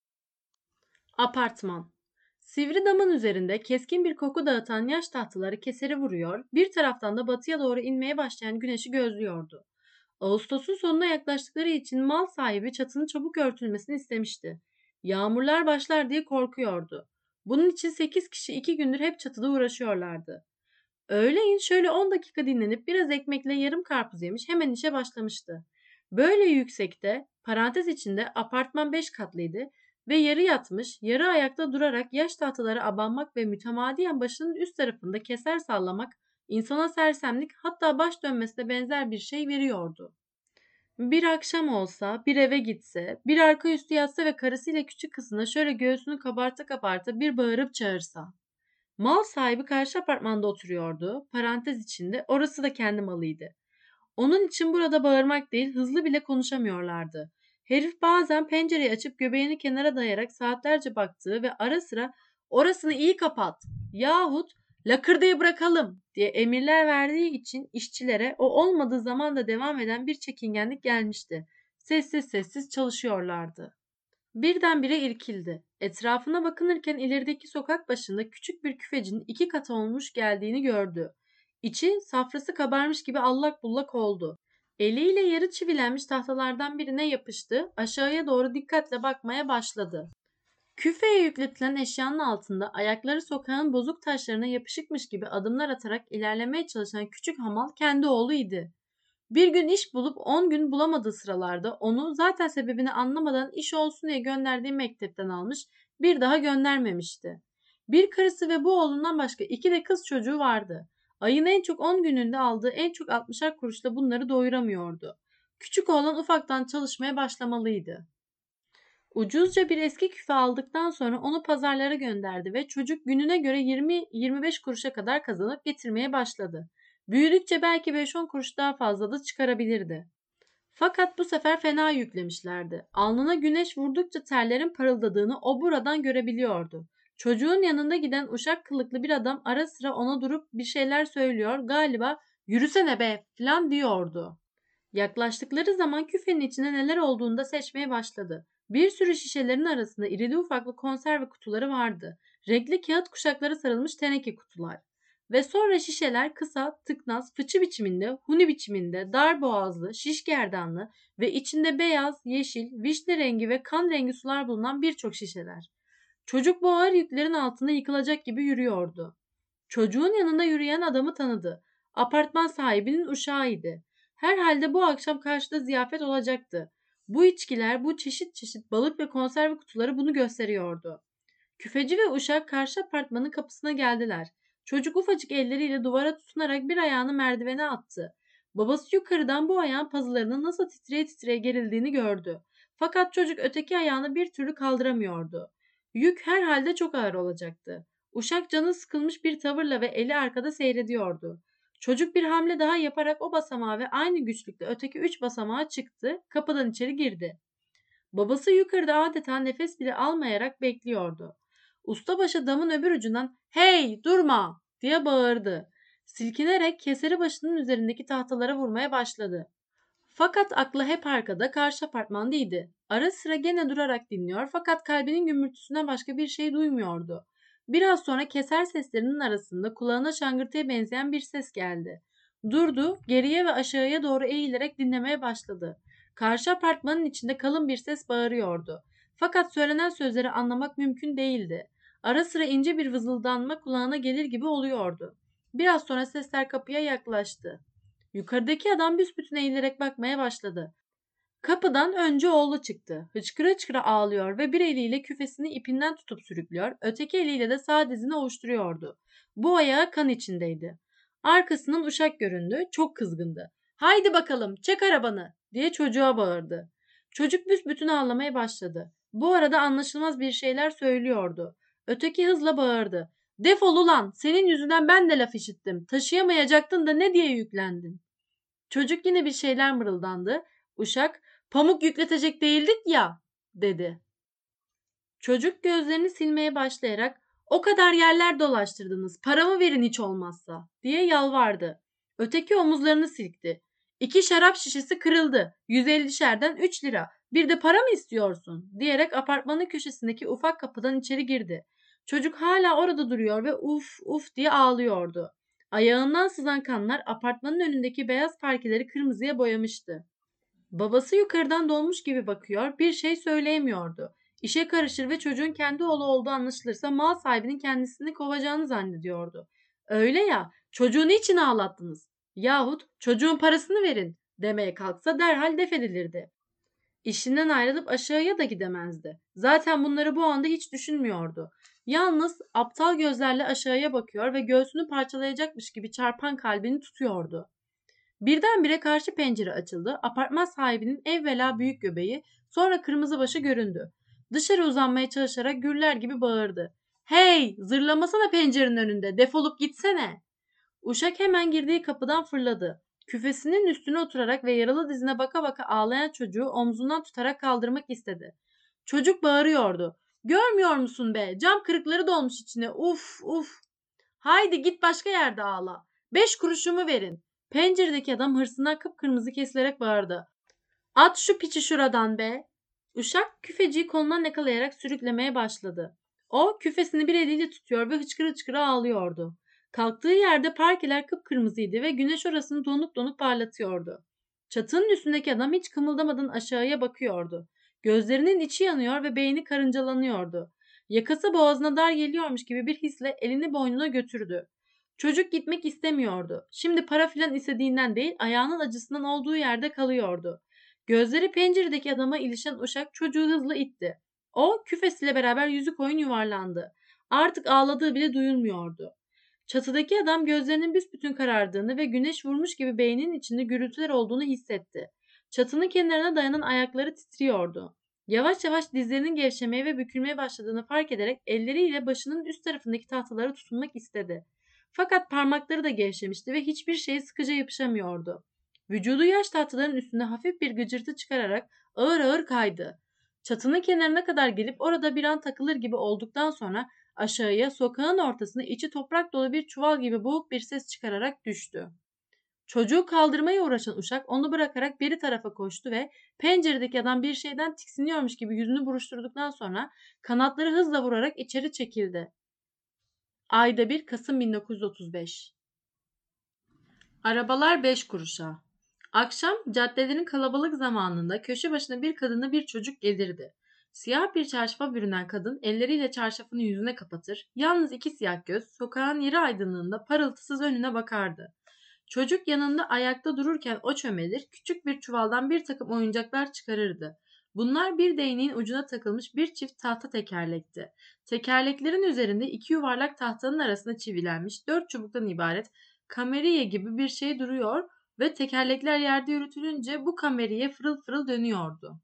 Apartman. Sivri damın üzerinde keskin bir koku dağıtan yaş tahtaları keseri vuruyor, bir taraftan da batıya doğru inmeye başlayan güneşi gözlüyordu. Ağustos'un sonuna yaklaştıkları için mal sahibi çatının çabuk örtülmesini istemişti. Yağmurlar başlar diye korkuyordu. Bunun için sekiz kişi iki gündür hep çatıda uğraşıyorlardı. Öğleyin şöyle on dakika dinlenip biraz ekmekle yarım karpuz yemiş hemen işe başlamıştı. Böyle yüksekte, parantez içinde apartman beş katlıydı ve yarı yatmış, yarı ayakta durarak yaş tahtalara abanmak ve mütemadiyen başının üst tarafında keser sallamak insana sersemlik, hatta baş dönmesine benzer bir şey veriyordu. Bir akşam olsa, bir eve gitse, bir arka üstü yatsa ve karısıyla küçük kızına şöyle göğsünü kabarta kabarta bir bağırıp çağırsa. Mal sahibi karşı apartmanda oturuyordu. Parantez içinde orası da kendi malıydı. Onun için burada bağırmak değil, hızlı bile konuşamıyorlardı. Herif bazen pencereyi açıp göbeğini kenara dayayarak saatlerce baktığı ve ara sıra "Orasını iyi kapat" yahut "Lakırdıyı bırakalım" diye emirler verdiği için işçilere o olmadığı zaman da devam eden bir çekingenlik gelmişti. Sessiz sessiz çalışıyorlardı. Birdenbire irkildi. Etrafına bakınırken ilerideki sokak başında küçük bir küfecinin iki katı olmuş geldiğini gördü. İçi safrası kabarmış gibi allak bullak oldu. Eliyle yarı çivilenmiş tahtalardan birine yapıştı, aşağıya doğru dikkatle bakmaya başladı. Küfeye yükletilen eşyanın altında ayakları sokağın bozuk taşlarına yapışıkmış gibi adımlar atarak ilerlemeye çalışan küçük hamal kendi oğluydu. Bir gün iş bulup on gün bulamadığı sıralarda onu zaten sebebini anlamadan iş olsun diye gönderdiği mektepten almış, bir daha göndermemişti. Bir karısı ve bu oğlundan başka iki de kız çocuğu vardı. Ayın en çok on gününde aldığı en çok altmışar kuruşla bunları doyuramıyordu. Küçük oğlan ufaktan çalışmaya başlamalıydı. Ucuzca bir eski küfe aldıktan sonra onu pazarlara gönderdi ve çocuk gününe göre yirmi yirmi beş kuruşa kadar kazanıp getirmeye başladı. Büyüdükçe belki beş on kuruş daha fazla da çıkarabilirdi. Fakat bu sefer fena yüklemişlerdi. Alnına güneş vurdukça terlerin parıldadığını o buradan görebiliyordu. Çocuğun yanında giden uşak kılıklı bir adam ara sıra ona durup bir şeyler söylüyor, galiba "Yürüsene be" falan diyordu. Yaklaştıkları zaman küfenin içinde neler olduğunu da seçmeye başladı. Bir sürü şişelerin arasında irili ufaklı konserve kutuları vardı. Renkli kağıt kuşakları sarılmış teneke kutular. Ve sonra şişeler kısa, tıknaz, fıçı biçiminde, huni biçiminde, dar boğazlı, şiş gerdanlı ve içinde beyaz, yeşil, vişne rengi ve kan rengi sular bulunan birçok şişeler. Çocuk bu ağır yüklerin altında yıkılacak gibi yürüyordu. Çocuğun yanında yürüyen adamı tanıdı. Apartman sahibinin uşağıydı. Herhalde bu akşam karşıda ziyafet olacaktı. Bu içkiler, bu çeşit çeşit balık ve konserve kutuları bunu gösteriyordu. Küfeci ve uşak karşı apartmanın kapısına geldiler. Çocuk ufacık elleriyle duvara tutunarak bir ayağını merdivene attı. Babası yukarıdan bu ayağın pazılarının nasıl titreye titreye gerildiğini gördü. Fakat çocuk öteki ayağını bir türlü kaldıramıyordu. Yük herhalde çok ağır olacaktı. Uşak canı sıkılmış bir tavırla ve eli arkada seyrediyordu. Çocuk bir hamle daha yaparak o basamağa ve aynı güçlükle öteki üç basamağa çıktı, kapıdan içeri girdi. Babası yukarıda adeta nefes bile almayarak bekliyordu. Ustabaşı damın öbür ucundan "Hey, durma!" diye bağırdı. Silkinerek keseri başının üzerindeki tahtalara vurmaya başladı. Fakat aklı hep arkada, karşı apartmandaydı. Ara sıra gene durarak dinliyor fakat kalbinin gümürtüsünden başka bir şey duymuyordu. Biraz sonra keser seslerinin arasında kulağına şangırtıya benzeyen bir ses geldi. Durdu, geriye ve aşağıya doğru eğilerek dinlemeye başladı. Karşı apartmanın içinde kalın bir ses bağırıyordu. Fakat söylenen sözleri anlamak mümkün değildi. Ara sıra ince bir vızıldanma kulağına gelir gibi oluyordu. Biraz sonra sesler kapıya yaklaştı. Yukarıdaki adam büsbütün eğilerek bakmaya başladı. Kapıdan önce oğlu çıktı. Hıçkıra hıçkıra ağlıyor ve bir eliyle küfesini ipinden tutup sürüklüyor, öteki eliyle de sağ dizini ovuşturuyordu. Bu ayağı kan içindeydi. Arkasından uşak göründü, çok kızgındı. "Haydi bakalım, çek arabanı!" diye çocuğa bağırdı. Çocuk büsbütün ağlamaya başladı. Bu arada anlaşılmaz bir şeyler söylüyordu. Öteki hızla bağırdı. "Defol ulan, senin yüzünden ben de laf işittim. Taşıyamayacaktın da ne diye yüklendin?" Çocuk yine bir şeyler mırıldandı. Uşak, "Pamuk yükletecek değildik ya," dedi. Çocuk gözlerini silmeye başlayarak "O kadar yerler dolaştırdınız, paramı verin hiç olmazsa," diye yalvardı. Öteki omuzlarını silkti. "İki şarap şişesi kırıldı. yüz ellişerden üç lira. Bir de para mı istiyorsun?" diyerek apartmanın köşesindeki ufak kapıdan içeri girdi. Çocuk hala orada duruyor ve uf uf diye ağlıyordu. Ayağından sızan kanlar apartmanın önündeki beyaz parkeleri kırmızıya boyamıştı. Babası yukarıdan dolmuş gibi bakıyor, bir şey söyleyemiyordu. İşe karışır ve çocuğun kendi oğlu olduğu anlaşılırsa mal sahibinin kendisini kovacağını zannediyordu. "Öyle ya, çocuğu niçin ağlattınız? Yahut çocuğun parasını verin," demeye kalksa derhal def edilirdi. İşinden ayrılıp aşağıya da gidemezdi. Zaten bunları bu anda hiç düşünmüyordu. Yalnız aptal gözlerle aşağıya bakıyor ve göğsünü parçalayacakmış gibi çarpan kalbini tutuyordu. Birdenbire karşı pencere açıldı. Apartman sahibinin evvela büyük göbeği, sonra kırmızı başı göründü. Dışarı uzanmaya çalışarak gürler gibi bağırdı. "Hey, zırlamasana pencerenin önünde, defolup gitsene!" Uşak hemen girdiği kapıdan fırladı. Küfesinin üstüne oturarak ve yaralı dizine baka baka ağlayan çocuğu omzundan tutarak kaldırmak istedi. Çocuk bağırıyordu. "Görmüyor musun be? Cam kırıkları dolmuş içine. Uf uf. Haydi git başka yerde ağla. Beş kuruşumu verin." Penceredeki adam hırsından kıpkırmızı kesilerek bağırdı. "At şu piçi şuradan be." Uşak küfeciyi kolundan yakalayarak sürüklemeye başladı. O küfesini bir eliyle tutuyor ve hıçkıra hıçkıra ağlıyordu. Kalktığı yerde parkeler kıpkırmızıydı ve güneş orasını donuk donuk parlatıyordu. Çatının üstündeki adam hiç kımıldamadan aşağıya bakıyordu. Gözlerinin içi yanıyor ve beyni karıncalanıyordu. Yakası boğazına dar geliyormuş gibi bir hisle elini boynuna götürdü. Çocuk gitmek istemiyordu. Şimdi para filan istediğinden değil, ayağının acısından olduğu yerde kalıyordu. Gözleri penceredeki adama ilişen uşak çocuğu hızla itti. O küfesiyle beraber yüzü koyun yuvarlandı. Artık ağladığı bile duyulmuyordu. Çatıdaki adam gözlerinin büsbütün karardığını ve güneş vurmuş gibi beyninin içinde gürültüler olduğunu hissetti. Çatının kenarına dayanan ayakları titriyordu. Yavaş yavaş dizlerinin gevşemeye ve bükülmeye başladığını fark ederek elleriyle başının üst tarafındaki tahtalara tutunmak istedi. Fakat parmakları da gevşemişti ve hiçbir şeye sıkıca yapışamıyordu. Vücudu yaş tahtaların üstüne hafif bir gıcırtı çıkararak ağır ağır kaydı. Çatının kenarına kadar gelip orada bir an takılır gibi olduktan sonra aşağıya sokağın ortasına içi toprak dolu bir çuval gibi boğuk bir ses çıkararak düştü. Çocuğu kaldırmaya uğraşan uşak onu bırakarak beri tarafa koştu ve penceredeki adam bir şeyden tiksiniyormuş gibi yüzünü buruşturduktan sonra kanatları hızla vurarak içeri çekildi. Ayda bir Kasım bin dokuz yüz otuz beş. Arabalar beş kuruşa. Akşam caddelerin kalabalık zamanında köşe başına bir kadını bir çocuk gelirdi. Siyah bir çarşafa bürünen kadın elleriyle çarşafını yüzüne kapatır, yalnız iki siyah göz sokağın yarı aydınlığında parıltısız önüne bakardı. Çocuk yanında ayakta dururken o çömelir, küçük bir çuvaldan bir takım oyuncaklar çıkarırdı. Bunlar bir değneğin ucuna takılmış bir çift tahta tekerlekti. Tekerleklerin üzerinde iki yuvarlak tahtanın arasına çivilenmiş dört çubuktan ibaret kameriye gibi bir şey duruyor ve tekerlekler yerde yürütülünce bu kameriye fırıl fırıl dönüyordu.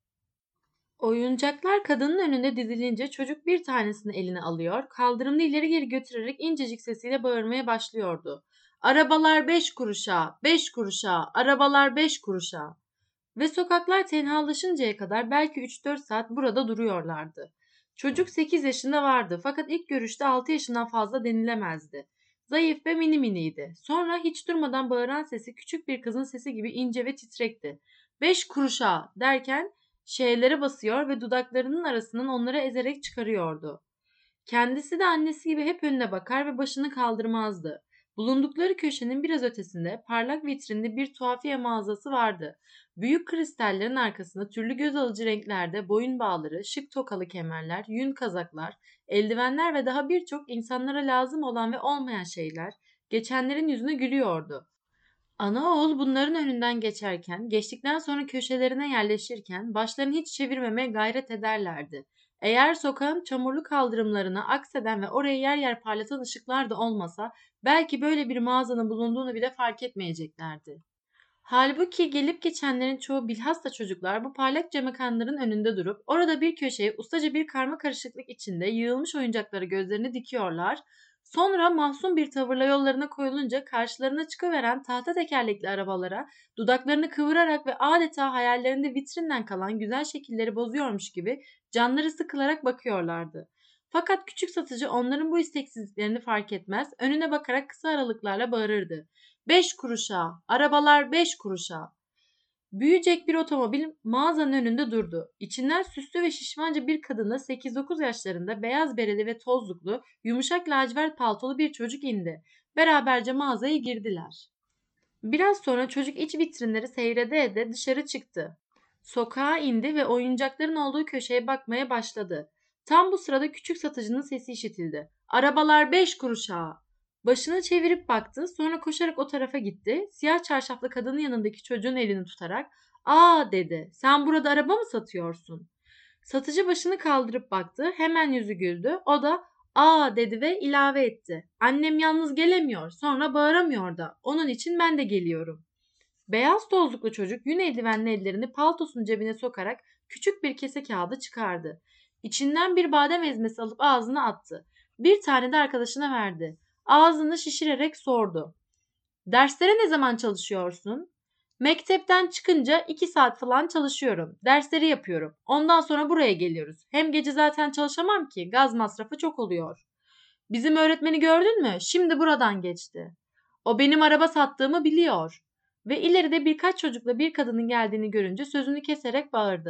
Oyuncaklar kadının önünde dizilince çocuk bir tanesini eline alıyor, kaldırımda ileri geri götürerek incecik sesiyle bağırmaya başlıyordu. Arabalar beş kuruşa, beş kuruşa, arabalar beş kuruşa. Ve sokaklar tenhalaşıncaya kadar belki üç dört saat burada duruyorlardı. Çocuk sekiz yaşında vardı fakat ilk görüşte altı yaşından fazla denilemezdi. Zayıf ve mini miniydi. Sonra hiç durmadan bağıran sesi küçük bir kızın sesi gibi ince ve titrekti. Beş kuruşa derken şeylere basıyor ve dudaklarının arasından onları ezerek çıkarıyordu. Kendisi de annesi gibi hep önüne bakar ve başını kaldırmazdı. Bulundukları köşenin biraz ötesinde parlak vitrinde bir tuhafiye mağazası vardı. Büyük kristallerin arkasında türlü göz alıcı renklerde boyun bağları, şık tokalı kemerler, yün kazaklar, eldivenler ve daha birçok insanlara lazım olan ve olmayan şeyler geçenlerin yüzüne gülüyordu. Ana oğul bunların önünden geçerken, geçtikten sonra köşelerine yerleşirken başlarını hiç çevirmemeye gayret ederlerdi. Eğer sokağın çamurlu kaldırımlarına akseden ve orayı yer yer parlatan ışıklar da olmasa belki böyle bir mağazanın bulunduğunu bile fark etmeyeceklerdi. Halbuki gelip geçenlerin çoğu bilhassa çocuklar bu parlak camekanların önünde durup orada bir köşeye ustaca bir karma karışıklık içinde yığılmış oyuncakları gözlerini dikiyorlar. Sonra mahzun bir tavırla yollarına koyulunca karşılarına çıkıveren tahta tekerlekli arabalara dudaklarını kıvırarak ve adeta hayallerinde vitrinden kalan güzel şekilleri bozuyormuş gibi canları sıkılarak bakıyorlardı. Fakat küçük satıcı onların bu isteksizliklerini fark etmez, önüne bakarak kısa aralıklarla bağırırdı. Beş kuruşa, arabalar beş kuruşa. Büyüyecek bir otomobil mağazanın önünde durdu. İçinden süslü ve şişmanca bir kadınla sekiz dokuz yaşlarında beyaz bereli ve tozluklu, yumuşak lacivert paltolu bir çocuk indi. Beraberce mağazaya girdiler. Biraz sonra çocuk iç vitrinleri seyrede ede dışarı çıktı. Sokağa indi ve oyuncakların olduğu köşeye bakmaya başladı. Tam bu sırada küçük satıcının sesi işitildi. Arabalar beş kuruşa. Başını çevirip baktı, sonra koşarak o tarafa gitti. Siyah çarşaflı kadının yanındaki çocuğun elini tutarak "Aa" dedi. "Sen burada araba mı satıyorsun?" Satıcı başını kaldırıp baktı. Hemen yüzü güldü. O da "Aa" dedi ve ilave etti. "Annem yalnız gelemiyor, sonra bağıramıyor da. Onun için ben de geliyorum." Beyaz tozluklu çocuk yün eldivenli ellerini paltosunun cebine sokarak küçük bir kese kağıdı çıkardı. İçinden bir badem ezmesi alıp ağzına attı. Bir tane de arkadaşına verdi. Ağzını şişirerek sordu. "Derslere ne zaman çalışıyorsun?" "Mektepten çıkınca iki saat falan çalışıyorum. Dersleri yapıyorum. Ondan sonra buraya geliyoruz. Hem gece zaten çalışamam ki. Gaz masrafı çok oluyor." "Bizim öğretmeni gördün mü? Şimdi buradan geçti. O benim araba sattığımı biliyor." Ve ileride birkaç çocukla bir kadının geldiğini görünce sözünü keserek bağırdı.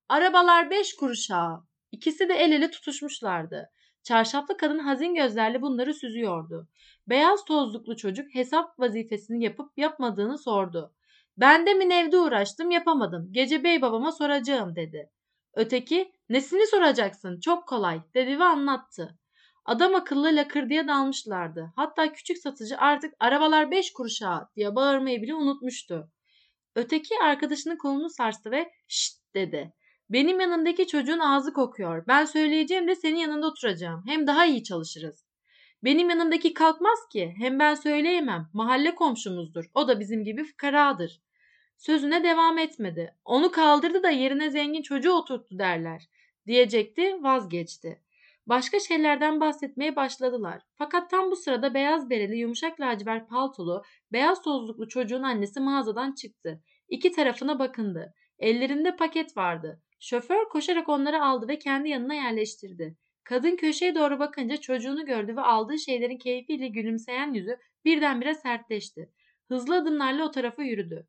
Arabalar beş kuruşa. İkisi de el ele tutuşmuşlardı. Çarşaflı kadın hazin gözlerle bunları süzüyordu. Beyaz tozluklu çocuk hesap vazifesini yapıp yapmadığını sordu. Ben de mi evde uğraştım yapamadım. Gece bey babama soracağım dedi. Öteki nesini soracaksın çok kolay dedi ve anlattı. Adam akıllı lakırdıya dalmışlardı. Hatta küçük satıcı artık arabalar beş kuruşa diye bağırmayı bile unutmuştu. Öteki arkadaşının kolunu sarstı ve şşt dedi. Benim yanımdaki çocuğun ağzı kokuyor. Ben söyleyeceğim de senin yanında oturacağım. Hem daha iyi çalışırız. Benim yanımdaki kalkmaz ki. Hem ben söyleyemem. Mahalle komşumuzdur. O da bizim gibi fıkaradır. Sözüne devam etmedi. Onu kaldırdı da yerine zengin çocuğu oturttu derler. Diyecekti, vazgeçti. Başka şeylerden bahsetmeye başladılar. Fakat tam bu sırada beyaz bereli, yumuşak lacivert paltolu, beyaz tozluklu çocuğun annesi mağazadan çıktı. İki tarafına bakındı. Ellerinde paket vardı. Şoför koşarak onları aldı ve kendi yanına yerleştirdi. Kadın köşeye doğru bakınca çocuğunu gördü ve aldığı şeylerin keyfiyle gülümseyen yüzü birdenbire sertleşti. Hızlı adımlarla o tarafa yürüdü.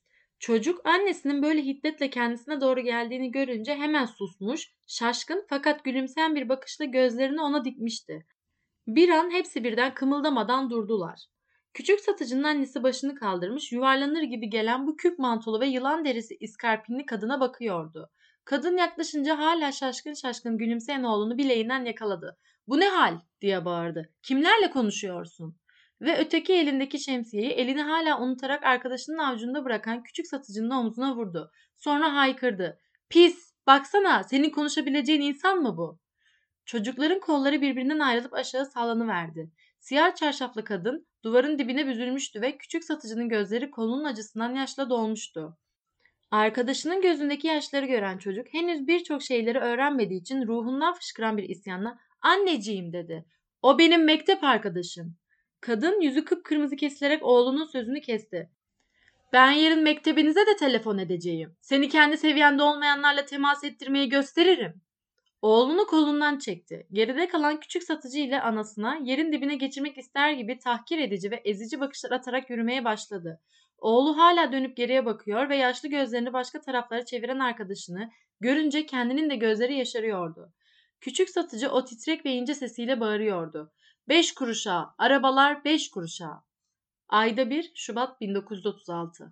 Çocuk annesinin böyle hiddetle kendisine doğru geldiğini görünce hemen susmuş, şaşkın fakat gülümseyen bir bakışla gözlerini ona dikmişti. Bir an hepsi birden kımıldamadan durdular. Küçük satıcının annesi başını kaldırmış, yuvarlanır gibi gelen bu kürk mantolu ve yılan derisi iskarpinli kadına bakıyordu. Kadın yaklaşınca hala şaşkın şaşkın gülümseyen oğlunu bileğinden yakaladı. "Bu ne hal?" diye bağırdı. "Kimlerle konuşuyorsun?" Ve öteki elindeki şemsiyeyi elini hala unutarak arkadaşının avucunda bırakan küçük satıcının omzuna vurdu. Sonra haykırdı. "Pis! Baksana, senin konuşabileceğin insan mı bu?" Çocukların kolları birbirinden ayrılıp aşağı sallanıverdi. Siyah çarşaflı kadın duvarın dibine büzülmüştü ve küçük satıcının gözleri kolunun acısından yaşla dolmuştu. Arkadaşının gözündeki yaşları gören çocuk henüz birçok şeyleri öğrenmediği için ruhundan fışkıran bir isyanla "Anneciğim" dedi. "O benim mektep arkadaşım." Kadın yüzü kıpkırmızı kesilerek oğlunun sözünü kesti. "Ben yarın mektebinize de telefon edeceğim. Seni kendi seviyende olmayanlarla temas ettirmeyi gösteririm." Oğlunu kolundan çekti. Geride kalan küçük satıcı ile anasına yerin dibine geçirmek ister gibi tahkir edici ve ezici bakışlar atarak yürümeye başladı. Oğlu hala dönüp geriye bakıyor ve yaşlı gözlerini başka taraflara çeviren arkadaşını görünce kendinin de gözleri yaşarıyordu. Küçük satıcı o titrek ve ince sesiyle bağırıyordu. "Beş kuruşa, arabalar beş kuruşa." Ayda bir Şubat bin dokuz yüz otuz altı.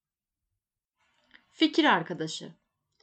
Fikir arkadaşı.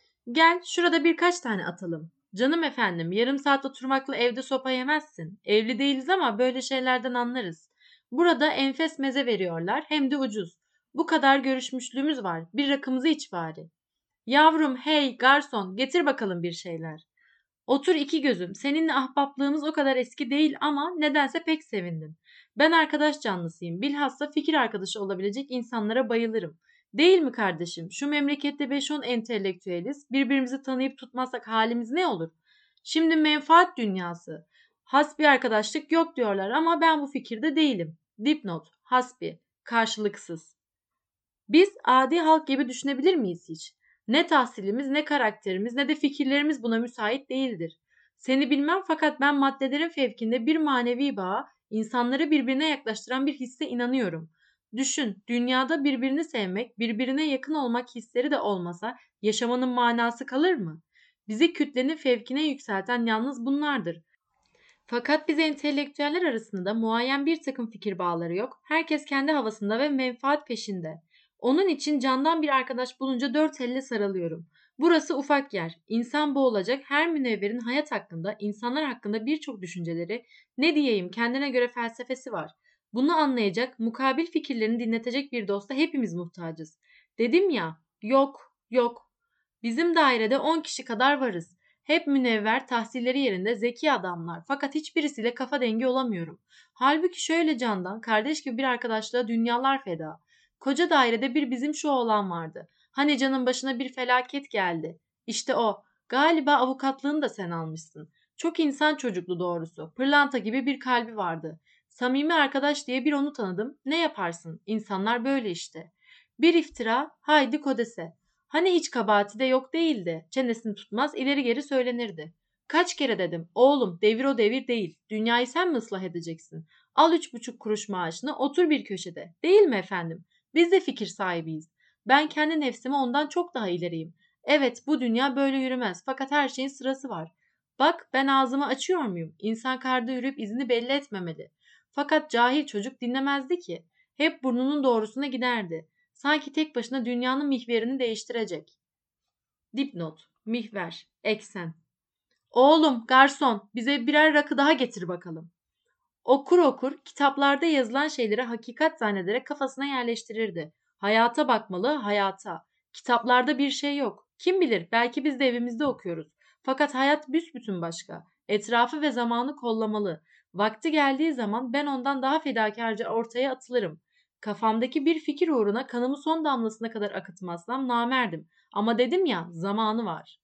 Gel şurada birkaç tane atalım. Canım efendim, yarım saat oturmakla evde sopa yemezsin. Evli değiliz ama böyle şeylerden anlarız. Burada enfes meze veriyorlar, hem de ucuz. Bu kadar görüşmüşlüğümüz var. Bir rakımızı iç bari. Yavrum, hey garson, getir bakalım bir şeyler. Otur iki gözüm. Seninle ahbaplığımız o kadar eski değil ama nedense pek sevindim. Ben arkadaş canlısıyım. Bilhassa fikir arkadaşı olabilecek insanlara bayılırım. Değil mi kardeşim? Şu memlekette beş on entelektüeliz. Birbirimizi tanıyıp tutmazsak halimiz ne olur? Şimdi menfaat dünyası. Hasbi arkadaşlık yok diyorlar ama ben bu fikirde değilim. Dipnot, hasbi, karşılıksız. Biz adi halk gibi düşünebilir miyiz hiç? Ne tahsilimiz, ne karakterimiz, ne de fikirlerimiz buna müsait değildir. Seni bilmem fakat ben maddelerin fevkinde bir manevi bağa, insanları birbirine yaklaştıran bir hisse inanıyorum. Düşün, dünyada birbirini sevmek, birbirine yakın olmak hisleri de olmasa yaşamanın manası kalır mı? Bizi kütlenin fevkine yükselten yalnız bunlardır. Fakat biz entelektüeller arasında da muayyen bir takım fikir bağları yok. Herkes kendi havasında ve menfaat peşinde. Onun için candan bir arkadaş bulunca dört elle sarılıyorum. Burası ufak yer. İnsan boğulacak her münevverin hayat hakkında, insanlar hakkında birçok düşünceleri, ne diyeyim kendine göre felsefesi var. Bunu anlayacak, mukabil fikirlerini dinletecek bir dosta hepimiz muhtacız. Dedim ya, yok, yok. Bizim dairede on kişi kadar varız. Hep münevver, tahsilleri yerinde zeki adamlar. Fakat hiçbirisiyle kafa dengi olamıyorum. Halbuki şöyle candan, kardeş gibi bir arkadaşlığa dünyalar feda. Koca dairede bir bizim şu oğlan vardı. Hani canın başına bir felaket geldi. İşte o. Galiba avukatlığını da sen almışsın. Çok insan çocuklu doğrusu. Pırlanta gibi bir kalbi vardı. Samimi arkadaş diye bir onu tanıdım. Ne yaparsın? İnsanlar böyle işte. Bir iftira, haydi kodese. Hani hiç kabahati de yok değildi. Çenesini tutmaz ileri geri söylenirdi. Kaç kere dedim. Oğlum devir o devir değil. Dünyayı sen mi ıslah edeceksin? Al üç buçuk kuruş maaşını otur bir köşede. Değil mi efendim? Biz de fikir sahibiyiz. Ben kendi nefsime ondan çok daha ileriyim. Evet, bu dünya böyle yürümez fakat her şeyin sırası var. Bak ben ağzımı açıyor muyum? İnsan karda yürüyüp izini belli etmemeli. Fakat cahil çocuk dinlemezdi ki. Hep burnunun doğrusuna giderdi. Sanki tek başına dünyanın mihverini değiştirecek. Dipnot, mihver, eksen. Oğlum, garson, bize birer rakı daha getir bakalım. Okur okur kitaplarda yazılan şeyleri hakikat zannederek kafasına yerleştirirdi. Hayata bakmalı, hayata. Kitaplarda bir şey yok. Kim bilir, belki biz de evimizde okuyoruz. Fakat hayat büsbütün başka. Etrafı ve zamanı kollamalı. Vakti geldiği zaman ben ondan daha fedakarca ortaya atılırım. Kafamdaki bir fikir uğruna kanımı son damlasına kadar akıtmazsam namerdim. Ama dedim ya, zamanı var.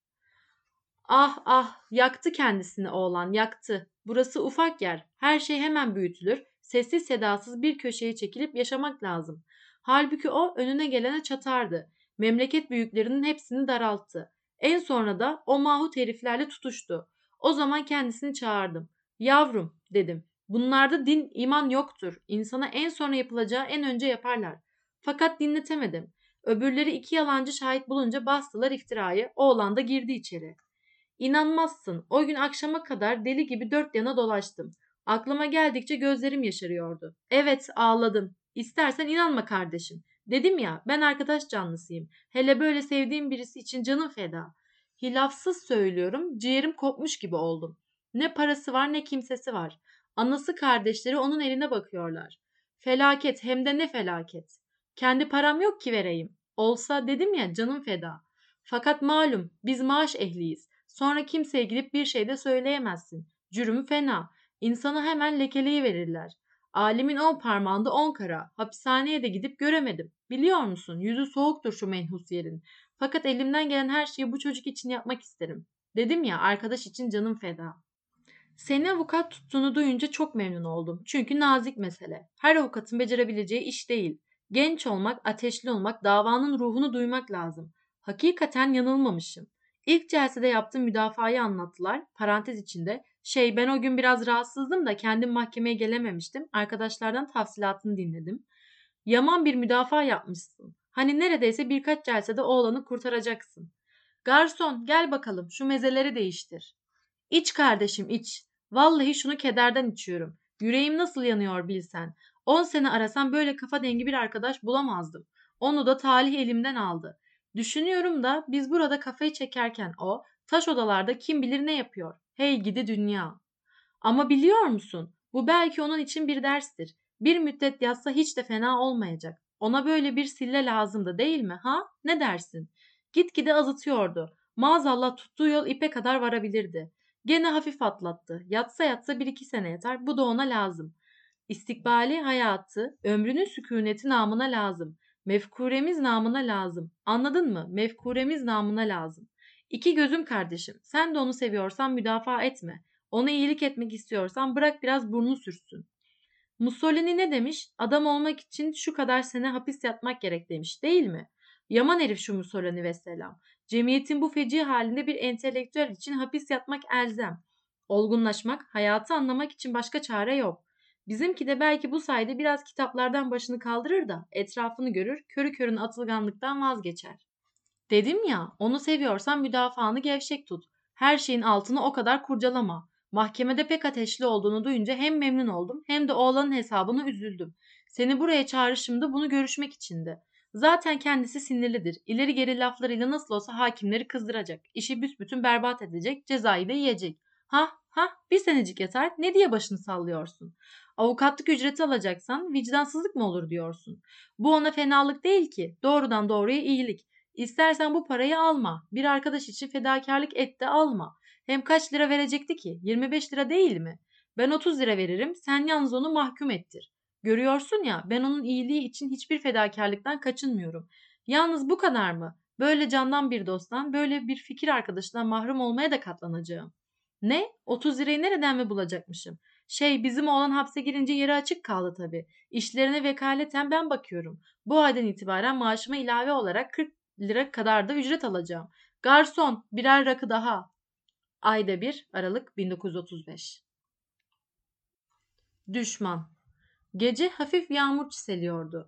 Ah ah yaktı kendisini oğlan yaktı. Burası ufak yer. Her şey hemen büyütülür. Sessiz sedasız bir köşeye çekilip yaşamak lazım. Halbuki o önüne gelene çatardı. Memleket büyüklerinin hepsini daralttı. En sonra da o mahut heriflerle tutuştu. O zaman kendisini çağırdım. Yavrum dedim. Bunlarda din iman yoktur. İnsana en sonra yapılacağı en önce yaparlar. Fakat dinletemedim. Öbürleri iki yalancı şahit bulunca bastılar iftirayı. Oğlan da girdi içeri. İnanmazsın. O gün akşama kadar deli gibi dört yana dolaştım. Aklıma geldikçe gözlerim yaşarıyordu. Evet, ağladım. İstersen inanma kardeşim. Dedim ya, ben arkadaş canlısıyım. Hele böyle sevdiğim birisi için canım feda. Hilafsız söylüyorum, ciğerim kopmuş gibi oldum. Ne parası var ne kimsesi var. Anası kardeşleri onun eline bakıyorlar. Felaket hem de ne felaket. Kendi param yok ki vereyim. Olsa dedim ya canım feda. Fakat malum biz maaş ehliyiz. Sonra kimseye gidip bir şey de söyleyemezsin. Cürüm fena. İnsanı hemen lekeleyi verirler. Alimin on parmağında on kara. Hapishaneye de gidip göremedim. Biliyor musun? Yüzü soğuktur şu menhus yerin. Fakat elimden gelen her şeyi bu çocuk için yapmak isterim. Dedim ya arkadaş için canım feda. Seni avukat tuttuğunu duyunca çok memnun oldum. Çünkü nazik mesele. Her avukatın becerebileceği iş değil. Genç olmak, ateşli olmak, davanın ruhunu duymak lazım. Hakikaten yanılmamışım. İlk celsede yaptığım müdafayı anlattılar. Parantez içinde. Şey ben o gün biraz rahatsızdım da kendim mahkemeye gelememiştim. Arkadaşlardan tafsilatını dinledim. Yaman bir müdafaa yapmışsın. Hani neredeyse birkaç celsede oğlanı kurtaracaksın. Garson gel bakalım şu mezeleri değiştir. İç kardeşim iç. Vallahi şunu kederden içiyorum. Yüreğim nasıl yanıyor bilsen. On sene arasam böyle kafa dengi bir arkadaş bulamazdım. Onu da talih elimden aldı. Düşünüyorum da biz burada kafayı çekerken o taş odalarda kim bilir ne yapıyor. Hey gidi dünya. Ama biliyor musun? Bu belki onun için bir derstir. Bir müddet yatsa hiç de fena olmayacak. Ona böyle bir sille lazımdı değil mi ha? Ne dersin? Gitgide azıtıyordu. Maazallah tuttuğu yol ipe kadar varabilirdi. Gene hafif atlattı. Yatsa yatsa bir iki sene yatar. Bu da ona lazım. İstikbali hayatı, ömrünün sükuneti namına lazım. Mefkuremiz namına lazım. Anladın mı? Mefkuremiz namına lazım. İki gözüm kardeşim. Sen de onu seviyorsan müdafaa etme. Ona iyilik etmek istiyorsan bırak biraz burnunu sürsün. Mussolini ne demiş? Adam olmak için şu kadar sene hapis yatmak gerek demiş, değil mi? Yaman herif şu Mussolini vesselam. Cemiyetin bu feci halinde bir entelektüel için hapis yatmak elzem. Olgunlaşmak, hayatı anlamak için başka çare yok. Bizimki de belki bu sayede biraz kitaplardan başını kaldırır da etrafını görür, körü körüne atılganlıktan vazgeçer. Dedim ya, onu seviyorsan müdafaanı gevşek tut. Her şeyin altını o kadar kurcalama. Mahkemede pek ateşli olduğunu duyunca hem memnun oldum hem de oğlanın hesabını üzüldüm. Seni buraya çağrışım da bunu görüşmek içindi. Zaten kendisi sinirlidir. İleri geri laflarıyla nasıl olsa hakimleri kızdıracak. İşi büsbütün berbat edecek, cezayı da yiyecek. Ha ha bir senecik yeter. Ne diye başını sallıyorsun? Avukatlık ücreti alacaksan vicdansızlık mı olur diyorsun? Bu ona fenalık değil ki. Doğrudan doğruya iyilik. İstersen bu parayı alma. Bir arkadaş için fedakarlık et de alma. Hem kaç lira verecekti ki? yirmi beş lira değil mi? Ben otuz lira veririm. Sen yalnız onu mahkum ettir. Görüyorsun ya ben onun iyiliği için hiçbir fedakarlıktan kaçınmıyorum. Yalnız bu kadar mı? Böyle candan bir dosttan, böyle bir fikir arkadaşından mahrum olmaya da katlanacağım. Ne? otuz lirayı nereden mi bulacakmışım? Şey bizim oğlan hapse girince yeri açık kaldı tabii. İşlerine vekaleten ben bakıyorum. Bu aydan itibaren maaşıma ilave olarak kırk lira kadar da ücret alacağım. Garson, birer rakı daha. Ayda bir Aralık bin dokuz yüz otuz beş. Düşman. Gece hafif yağmur çiseliyordu.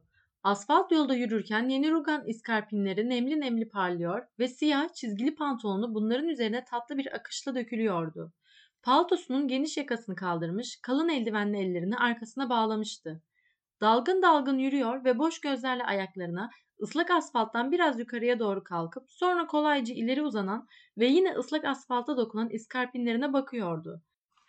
Asfalt yolda yürürken yeni rugan iskarpinleri nemli nemli parlıyor ve siyah çizgili pantolonu bunların üzerine tatlı bir akışla dökülüyordu. Paltosunun geniş yakasını kaldırmış, kalın eldivenli ellerini arkasına bağlamıştı. Dalgın dalgın yürüyor ve boş gözlerle ayaklarına ıslak asfalttan biraz yukarıya doğru kalkıp sonra kolayca ileri uzanan ve yine ıslak asfalta dokunan iskarpinlerine bakıyordu.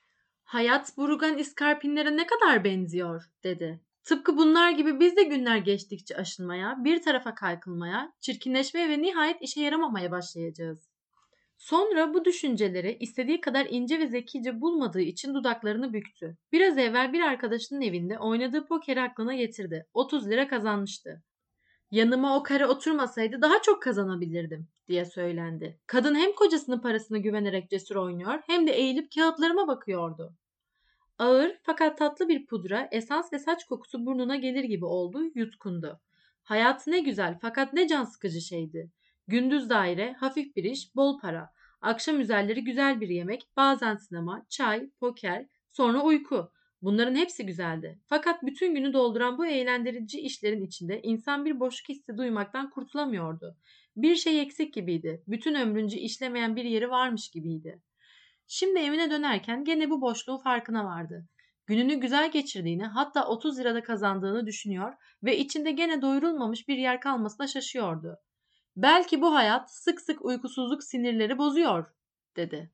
"Hayat bu rugan iskarpinlere ne kadar benziyor," dedi. "Tıpkı bunlar gibi biz de günler geçtikçe aşınmaya, bir tarafa kaykılmaya, çirkinleşmeye ve nihayet işe yaramamaya başlayacağız." Sonra bu düşünceleri istediği kadar ince ve zekice bulmadığı için dudaklarını büktü. Biraz evvel bir arkadaşının evinde oynadığı pokeri aklına getirdi. otuz lira kazanmıştı. "Yanıma o karı oturmasaydı daha çok kazanabilirdim," diye söylendi. "Kadın hem kocasının parasına güvenerek cesur oynuyor hem de eğilip kağıtlarıma bakıyordu." Ağır fakat tatlı bir pudra, esans ve saç kokusu burnuna gelir gibi oldu, yutkundu. Hayat ne güzel fakat ne can sıkıcı şeydi. Gündüz daire, hafif bir iş, bol para. Akşam üzerleri güzel bir yemek, bazen sinema, çay, poker, sonra uyku. Bunların hepsi güzeldi. Fakat bütün günü dolduran bu eğlendirici işlerin içinde insan bir boşluk hissi duymaktan kurtulamıyordu. Bir şey eksik gibiydi. Bütün ömrünce işlemeyen bir yeri varmış gibiydi. Şimdi evine dönerken gene bu boşluğun farkına vardı. Gününü güzel geçirdiğini, hatta otuz lirada kazandığını düşünüyor ve içinde gene doyurulmamış bir yer kalmasına şaşıyordu. "Belki bu hayat sık sık uykusuzluk sinirleri bozuyor," dedi.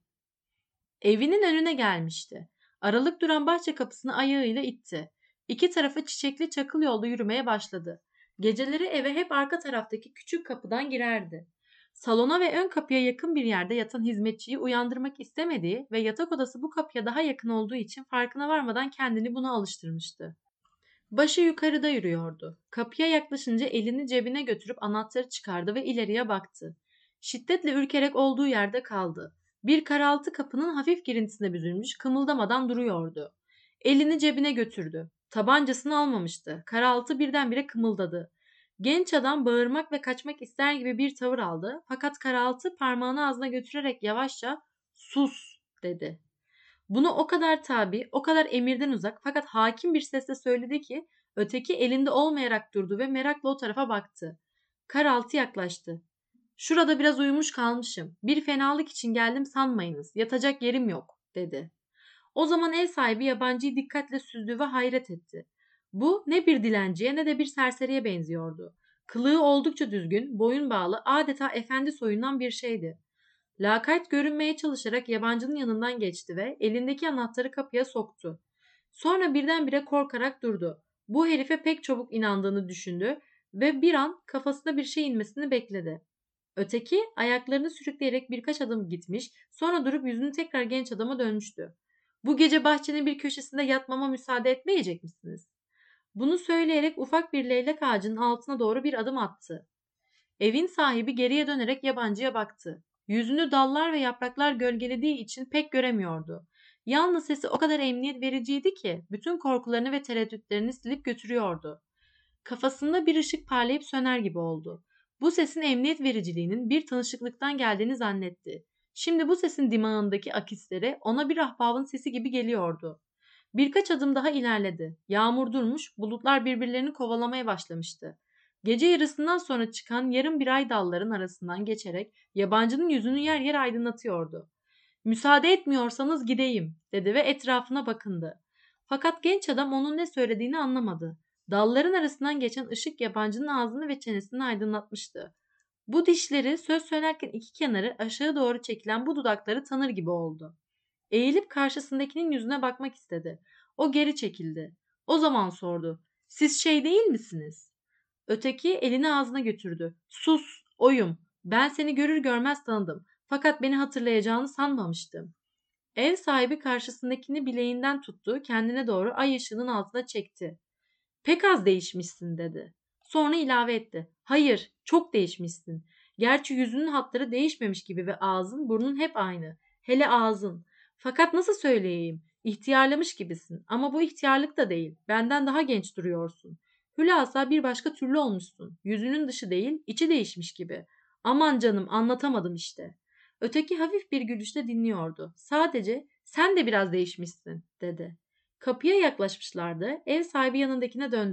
Evinin önüne gelmişti. Aralık duran bahçe kapısını ayağıyla itti. İki tarafı çiçekli çakıl yolda yürümeye başladı. Geceleri eve hep arka taraftaki küçük kapıdan girerdi. Salona ve ön kapıya yakın bir yerde yatan hizmetçiyi uyandırmak istemediği ve yatak odası bu kapıya daha yakın olduğu için farkına varmadan kendini buna alıştırmıştı. Başı yukarıda yürüyordu. Kapıya yaklaşınca elini cebine götürüp anahtarı çıkardı ve ileriye baktı. Şiddetle ürkerek olduğu yerde kaldı. Bir karaltı kapının hafif girintisine büzülmüş, kımıldamadan duruyordu. Elini cebine götürdü. Tabancasını almamıştı. Karaltı birdenbire kımıldadı. Genç adam bağırmak ve kaçmak ister gibi bir tavır aldı. Fakat karaltı parmağını ağzına götürerek yavaşça "Sus," dedi. Bunu o kadar tabi, o kadar emirden uzak fakat hakim bir sesle söyledi ki öteki elinde olmayarak durdu ve merakla o tarafa baktı. Karaltı yaklaştı. "Şurada biraz uyumuş kalmışım. Bir fenalık için geldim sanmayınız. Yatacak yerim yok," dedi. O zaman ev sahibi yabancıyı dikkatle süzdü ve hayret etti. Bu ne bir dilenciye ne de bir serseriye benziyordu. Kılığı oldukça düzgün, boyun bağlı, adeta efendi soyundan bir şeydi. Lakayt görünmeye çalışarak yabancının yanından geçti ve elindeki anahtarı kapıya soktu. Sonra birdenbire korkarak durdu. Bu herife pek çabuk inandığını düşündü ve bir an kafasına bir şey inmesini bekledi. Öteki ayaklarını sürükleyerek birkaç adım gitmiş, sonra durup yüzünü tekrar genç adama dönmüştü. "Bu gece bahçenin bir köşesinde yatmama müsaade etmeyecek misiniz?" Bunu söyleyerek ufak bir leylek ağacının altına doğru bir adım attı. Evin sahibi geriye dönerek yabancıya baktı. Yüzünü dallar ve yapraklar gölgelediği için pek göremiyordu. Yalnız sesi o kadar emniyet vericiydi ki bütün korkularını ve tereddütlerini silip götürüyordu. Kafasında bir ışık parlayıp söner gibi oldu. Bu sesin emniyet vericiliğinin bir tanışıklıktan geldiğini zannetti. Şimdi bu sesin dimağındaki akisleri ona bir ahbabın sesi gibi geliyordu. Birkaç adım daha ilerledi. Yağmur durmuş, bulutlar birbirlerini kovalamaya başlamıştı. Gece yarısından sonra çıkan yarım bir ay dalların arasından geçerek yabancının yüzünü yer yer aydınlatıyordu. "Müsaade etmiyorsanız gideyim," dedi ve etrafına bakındı. Fakat genç adam onun ne söylediğini anlamadı. Dalların arasından geçen ışık yabancının ağzını ve çenesini aydınlatmıştı. Bu dişleri söz söylerken iki kenarı aşağı doğru çekilen bu dudakları tanır gibi oldu. Eğilip karşısındakinin yüzüne bakmak istedi. O geri çekildi. O zaman sordu. "Siz şey değil misiniz?" Öteki elini ağzına götürdü. "Sus, oyum. Ben seni görür görmez tanıdım. Fakat beni hatırlayacağını sanmamıştım." Ev sahibi karşısındakini bileğinden tuttu, kendine doğru ay ışığının altına çekti. "Pek az değişmişsin," dedi. Sonra ilave etti. "Hayır, çok değişmişsin. Gerçi yüzünün hatları değişmemiş gibi ve ağzın, burnun hep aynı. Hele ağzın. Fakat nasıl söyleyeyim? İhtiyarlamış gibisin. Ama bu ihtiyarlık da değil. Benden daha genç duruyorsun. Hülasa bir başka türlü olmuşsun. Yüzünün dışı değil, içi değişmiş gibi. Aman canım, anlatamadım işte." Öteki hafif bir gülüşle dinliyordu. Sadece "Sen de biraz değişmişsin," dedi. Kapıya yaklaşmışlardı. Ev sahibi yanındakine döndü.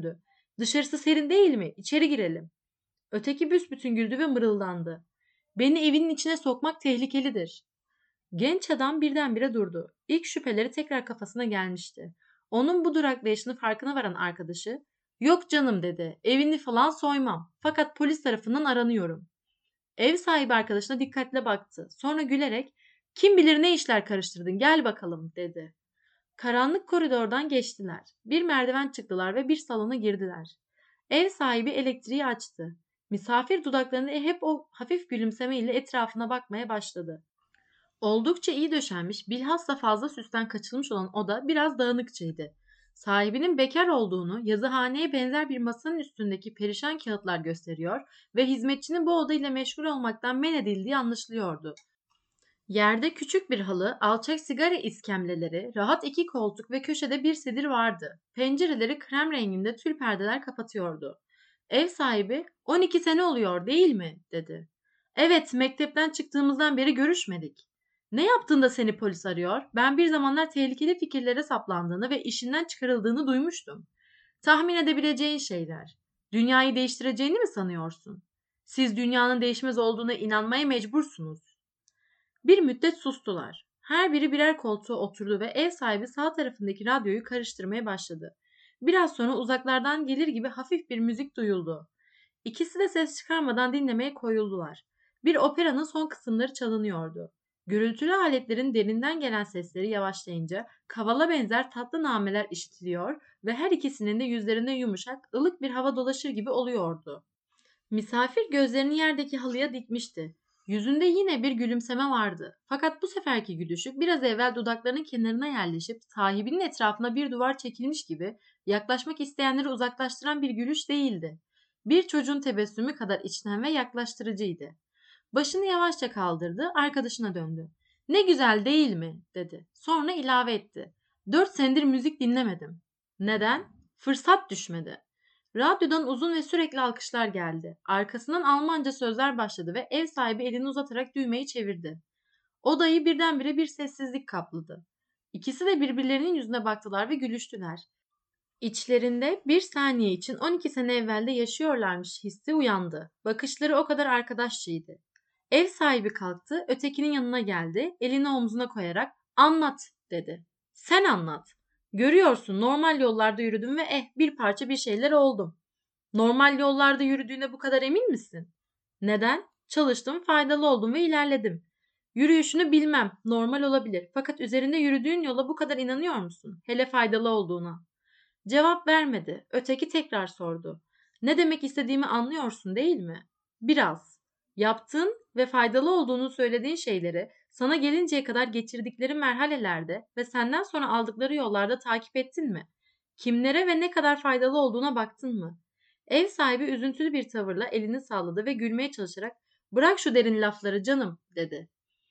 Dışarısı serin değil mi? İçeri girelim. Öteki büsbütün güldü ve mırıldandı. Beni evinin içine sokmak tehlikelidir. Genç adam birdenbire durdu. İlk şüpheleri tekrar kafasına gelmişti. Onun bu duraklayışını farkına varan arkadaşı, "Yok canım," dedi. "Evini falan soymam. Fakat polis tarafından aranıyorum." Ev sahibi arkadaşına dikkatle baktı. Sonra gülerek, "Kim bilir ne işler karıştırdın, gel bakalım," dedi. Karanlık koridordan geçtiler. Bir merdiven çıktılar ve bir salona girdiler. Ev sahibi elektriği açtı. Misafir dudaklarında hep o hafif gülümsemeyle etrafına bakmaya başladı. Oldukça iyi döşenmiş, bilhassa fazla süsten kaçılmış olan oda biraz dağınıkçaydı. Sahibinin bekar olduğunu yazıhaneye benzer bir masanın üstündeki perişan kağıtlar gösteriyor ve hizmetçinin bu odayla meşgul olmaktan men edildiği anlaşılıyordu. Yerde küçük bir halı, alçak sigara iskemleleri, rahat iki koltuk ve köşede bir sedir vardı. Pencereleri krem renginde tül perdeler kapatıyordu. Ev sahibi, "on iki sene oluyor değil mi?" dedi. "Evet, mektepten çıktığımızdan beri görüşmedik." "Ne yaptığında seni polis arıyor? Ben bir zamanlar tehlikeli fikirlere saplandığını ve işinden çıkarıldığını duymuştum." "Tahmin edebileceğin şeyler. Dünyayı değiştireceğini mi sanıyorsun? Siz dünyanın değişmez olduğuna inanmaya mecbursunuz." Bir müddet sustular. Her biri birer koltuğa oturdu ve ev sahibi sağ tarafındaki radyoyu karıştırmaya başladı. Biraz sonra uzaklardan gelir gibi hafif bir müzik duyuldu. İkisi de ses çıkarmadan dinlemeye koyuldular. Bir operanın son kısımları çalınıyordu. Gürültülü aletlerin derinden gelen sesleri yavaşlayınca kavala benzer tatlı nameler işitiliyor ve her ikisinin de yüzlerinde yumuşak, ılık bir hava dolaşır gibi oluyordu. Misafir gözlerini yerdeki halıya dikmişti. Yüzünde yine bir gülümseme vardı. Fakat bu seferki gülüşü biraz evvel dudaklarının kenarına yerleşip sahibinin etrafına bir duvar çekilmiş gibi yaklaşmak isteyenleri uzaklaştıran bir gülüş değildi. Bir çocuğun tebessümü kadar içten ve yaklaştırıcıydı. Başını yavaşça kaldırdı, arkadaşına döndü. "Ne güzel değil mi?" dedi. Sonra ilave etti. "Dört senedir müzik dinlemedim." "Neden?" "Fırsat düşmedi." Radyodan uzun ve sürekli alkışlar geldi. Arkasından Almanca sözler başladı ve ev sahibi elini uzatarak düğmeyi çevirdi. Odayı birdenbire bir sessizlik kapladı. İkisi de birbirlerinin yüzüne baktılar ve gülüştüler. İçlerinde bir saniye için on iki sene evvelde yaşıyorlarmış hissi uyandı. Bakışları o kadar arkadaşçıydı. Ev sahibi kalktı, ötekinin yanına geldi, elini omzuna koyarak "Anlat," dedi. "Sen anlat. Görüyorsun, normal yollarda yürüdüm ve eh bir parça bir şeyler oldum." "Normal yollarda yürüdüğüne bu kadar emin misin?" "Neden? Çalıştım, faydalı oldum ve ilerledim." "Yürüyüşünü bilmem, normal olabilir. Fakat üzerinde yürüdüğün yola bu kadar inanıyor musun? Hele faydalı olduğuna." Cevap vermedi. Öteki tekrar sordu. "Ne demek istediğimi anlıyorsun değil mi?" "Biraz." "Yaptığın ve faydalı olduğunu söylediğin şeyleri sana gelinceye kadar getirdikleri merhalelerde ve senden sonra aldıkları yollarda takip ettin mi? Kimlere ve ne kadar faydalı olduğuna baktın mı?" Ev sahibi üzüntülü bir tavırla elini salladı ve gülmeye çalışarak "Bırak şu derin lafları canım," dedi.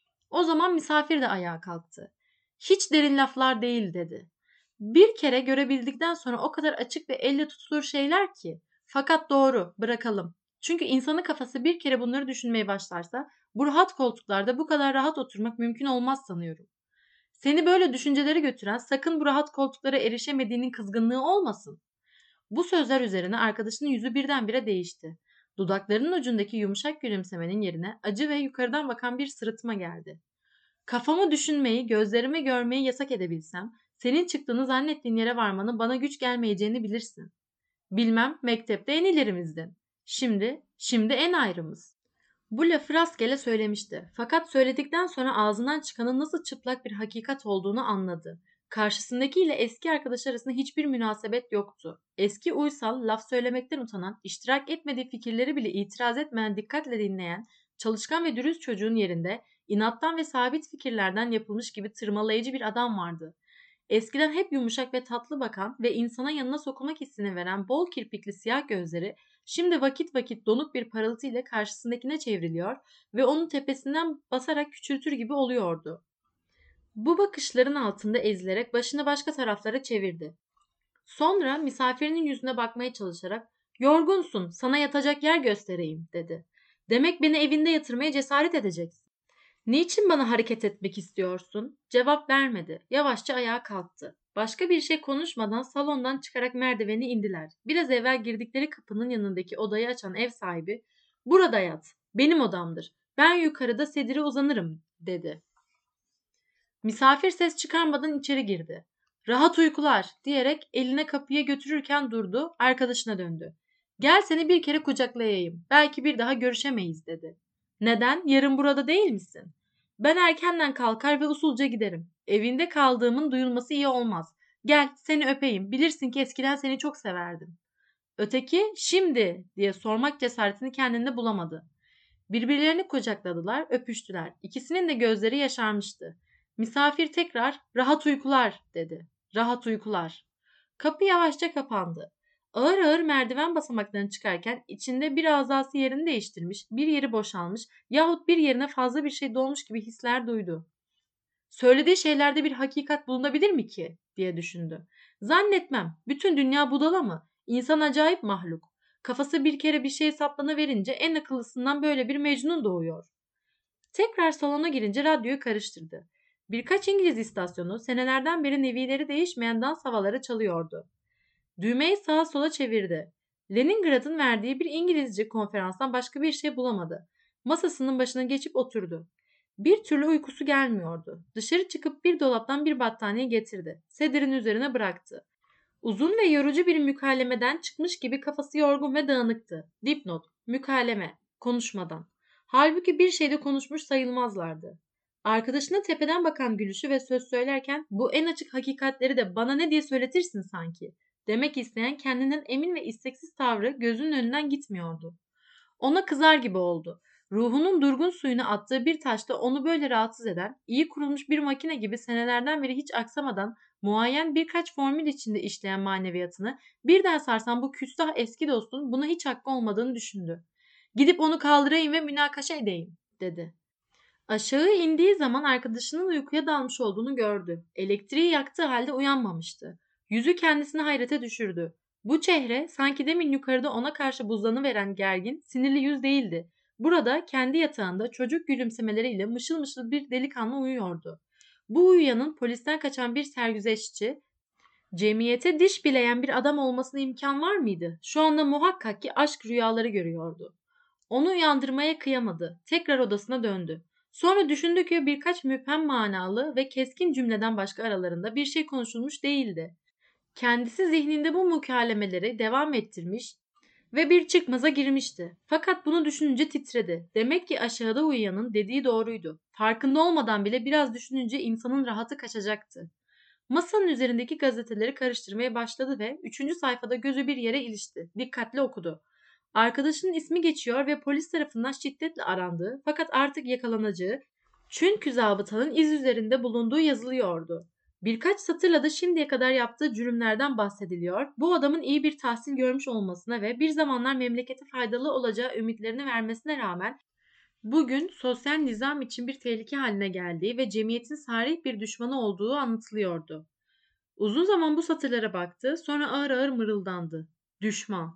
O zaman misafir de ayağa kalktı. "Hiç derin laflar değil," dedi. "Bir kere görebildikten sonra o kadar açık ve elle tutulur şeyler ki. Fakat doğru, bırakalım. Çünkü insanın kafası bir kere bunları düşünmeye başlarsa bu rahat koltuklarda bu kadar rahat oturmak mümkün olmaz sanıyorum. Seni böyle düşüncelere götüren sakın bu rahat koltuklara erişemediğinin kızgınlığı olmasın." Bu sözler üzerine arkadaşının yüzü birdenbire değişti. Dudaklarının ucundaki yumuşak gülümsemenin yerine acı ve yukarıdan bakan bir sırıtma geldi. "Kafamı düşünmeyi, gözlerimi görmeyi yasak edebilsem, senin çıktığını zannettiğin yere varmanın bana güç gelmeyeceğini bilirsin. Bilmem, mektepte en ilerimizdin. Şimdi, şimdi en ayrımız." Bu lafı rastgele söylemişti. Fakat söyledikten sonra ağzından çıkanın nasıl çıplak bir hakikat olduğunu anladı. Karşısındakiyle eski arkadaş arasında hiçbir münasebet yoktu. Eski uysal, laf söylemekten utanan, iştirak etmediği fikirleri bile itiraz etmeyen, dikkatle dinleyen, çalışkan ve dürüst çocuğun yerinde inattan ve sabit fikirlerden yapılmış gibi tırmalayıcı bir adam vardı. Eskiden hep yumuşak ve tatlı bakan ve insana yanına sokulmak hissini veren bol kirpikli siyah gözleri şimdi vakit vakit donuk bir parıltı ile karşısındakine çevriliyor ve onun tepesinden basarak küçültür gibi oluyordu. Bu bakışların altında ezilerek başını başka taraflara çevirdi. Sonra misafirinin yüzüne bakmaya çalışarak "Yorgunsun, sana yatacak yer göstereyim," dedi. "Demek beni evinde yatırmaya cesaret edeceksin. Niçin bana hareket etmek istiyorsun?" Cevap vermedi. Yavaşça ayağa kalktı. Başka bir şey konuşmadan salondan çıkarak merdiveni indiler. Biraz evvel girdikleri kapının yanındaki odayı açan ev sahibi, "Burada yat, benim odamdır. Ben yukarıda sedire uzanırım," dedi. Misafir ses çıkarmadan içeri girdi. "Rahat uykular," diyerek eline kapıya götürürken durdu, arkadaşına döndü. "Gel seni bir kere kucaklayayım. Belki bir daha görüşemeyiz," dedi. "Neden? Yarın burada değil misin?" "Ben erkenden kalkar ve usulca giderim. Evinde kaldığımın duyulması iyi olmaz. Gel seni öpeyim. Bilirsin ki eskiden seni çok severdim." Öteki "Şimdi," diye sormak cesaretini kendinde bulamadı. Birbirlerini kucakladılar, öpüştüler. İkisinin de gözleri yaşarmıştı. Misafir tekrar "Rahat uykular," dedi. "Rahat uykular." Kapı yavaşça kapandı. Ağır ağır merdiven basamaklarını çıkarken içinde bir azası yerini değiştirmiş, bir yeri boşalmış yahut bir yerine fazla bir şey dolmuş gibi hisler duydu. "Söylediği şeylerde bir hakikat bulunabilir mi ki?" diye düşündü. "Zannetmem. Bütün dünya budala mı? İnsan acayip mahluk. Kafası bir kere bir şeye saplanıverince en akıllısından böyle bir Mecnun doğuyor." Tekrar salona girince radyoyu karıştırdı. Birkaç İngiliz istasyonu senelerden beri nevileri değişmeyen dans havaları çalıyordu. Düğmeyi sağa sola çevirdi. Leningrad'ın verdiği bir İngilizce konferanstan başka bir şey bulamadı. Masasının başına geçip oturdu. Bir türlü uykusu gelmiyordu. Dışarı çıkıp bir dolaptan bir battaniye getirdi. Sedirin üzerine bıraktı. Uzun ve yorucu bir mükalemeden çıkmış gibi kafası yorgun ve dağınıktı. Dipnot, mükaleme, konuşmadan. Halbuki bir şeyde konuşmuş sayılmazlardı. Arkadaşına tepeden bakan gülüşü ve söz söylerken "Bu en açık hakikatleri de bana ne diye söyletirsin sanki," demek isteyen kendinden emin ve isteksiz tavrı gözünün önünden gitmiyordu. Ona kızar gibi oldu. Ruhunun durgun suyuna attığı bir taşta onu böyle rahatsız eden, iyi kurulmuş bir makine gibi senelerden beri hiç aksamadan muayyen birkaç formül içinde işleyen maneviyatını birden sarsan bu küstah eski dostun buna hiç hakkı olmadığını düşündü. "Gidip onu kaldırayım ve münakaşa edeyim," dedi. Aşağı indiği zaman arkadaşının uykuya dalmış olduğunu gördü. Elektriği yaktığı halde uyanmamıştı. Yüzü kendisini hayrete düşürdü. Bu çehre sanki demin yukarıda ona karşı buzlanıveren gergin, sinirli yüz değildi. Burada kendi yatağında çocuk gülümsemeleriyle mışıl mışıl bir delikanlı uyuyordu. Bu uyuyanın polisten kaçan bir sergüzeşçi, cemiyete diş bileyen bir adam olmasına imkan var mıydı? Şu anda muhakkak ki aşk rüyaları görüyordu. Onu uyandırmaya kıyamadı. Tekrar odasına döndü. Sonra düşündü ki birkaç müphem manalı ve keskin cümleden başka aralarında bir şey konuşulmuş değildi. Kendisi zihninde bu mukalemeleri devam ettirmiş ve bir çıkmaza girmişti. Fakat bunu düşününce titredi. Demek ki aşağıda uyuyanın dediği doğruydu. Farkında olmadan bile biraz düşününce insanın rahatı kaçacaktı. Masanın üzerindeki gazeteleri karıştırmaya başladı ve üçüncü sayfada gözü bir yere ilişti. Dikkatle okudu. Arkadaşının ismi geçiyor ve polis tarafından şiddetle arandığı fakat artık yakalanacağı, çünkü zabıtanın iz üzerinde bulunduğu yazılıyordu. Birkaç satırla da şimdiye kadar yaptığı cürümlerden bahsediliyor. Bu adamın iyi bir tahsil görmüş olmasına ve bir zamanlar memlekete faydalı olacağı ümitlerini vermesine rağmen bugün sosyal nizam için bir tehlike haline geldiği ve cemiyetin sarih bir düşmanı olduğu anlatılıyordu. Uzun zaman bu satırlara baktı, sonra ağır ağır mırıldandı. Düşman.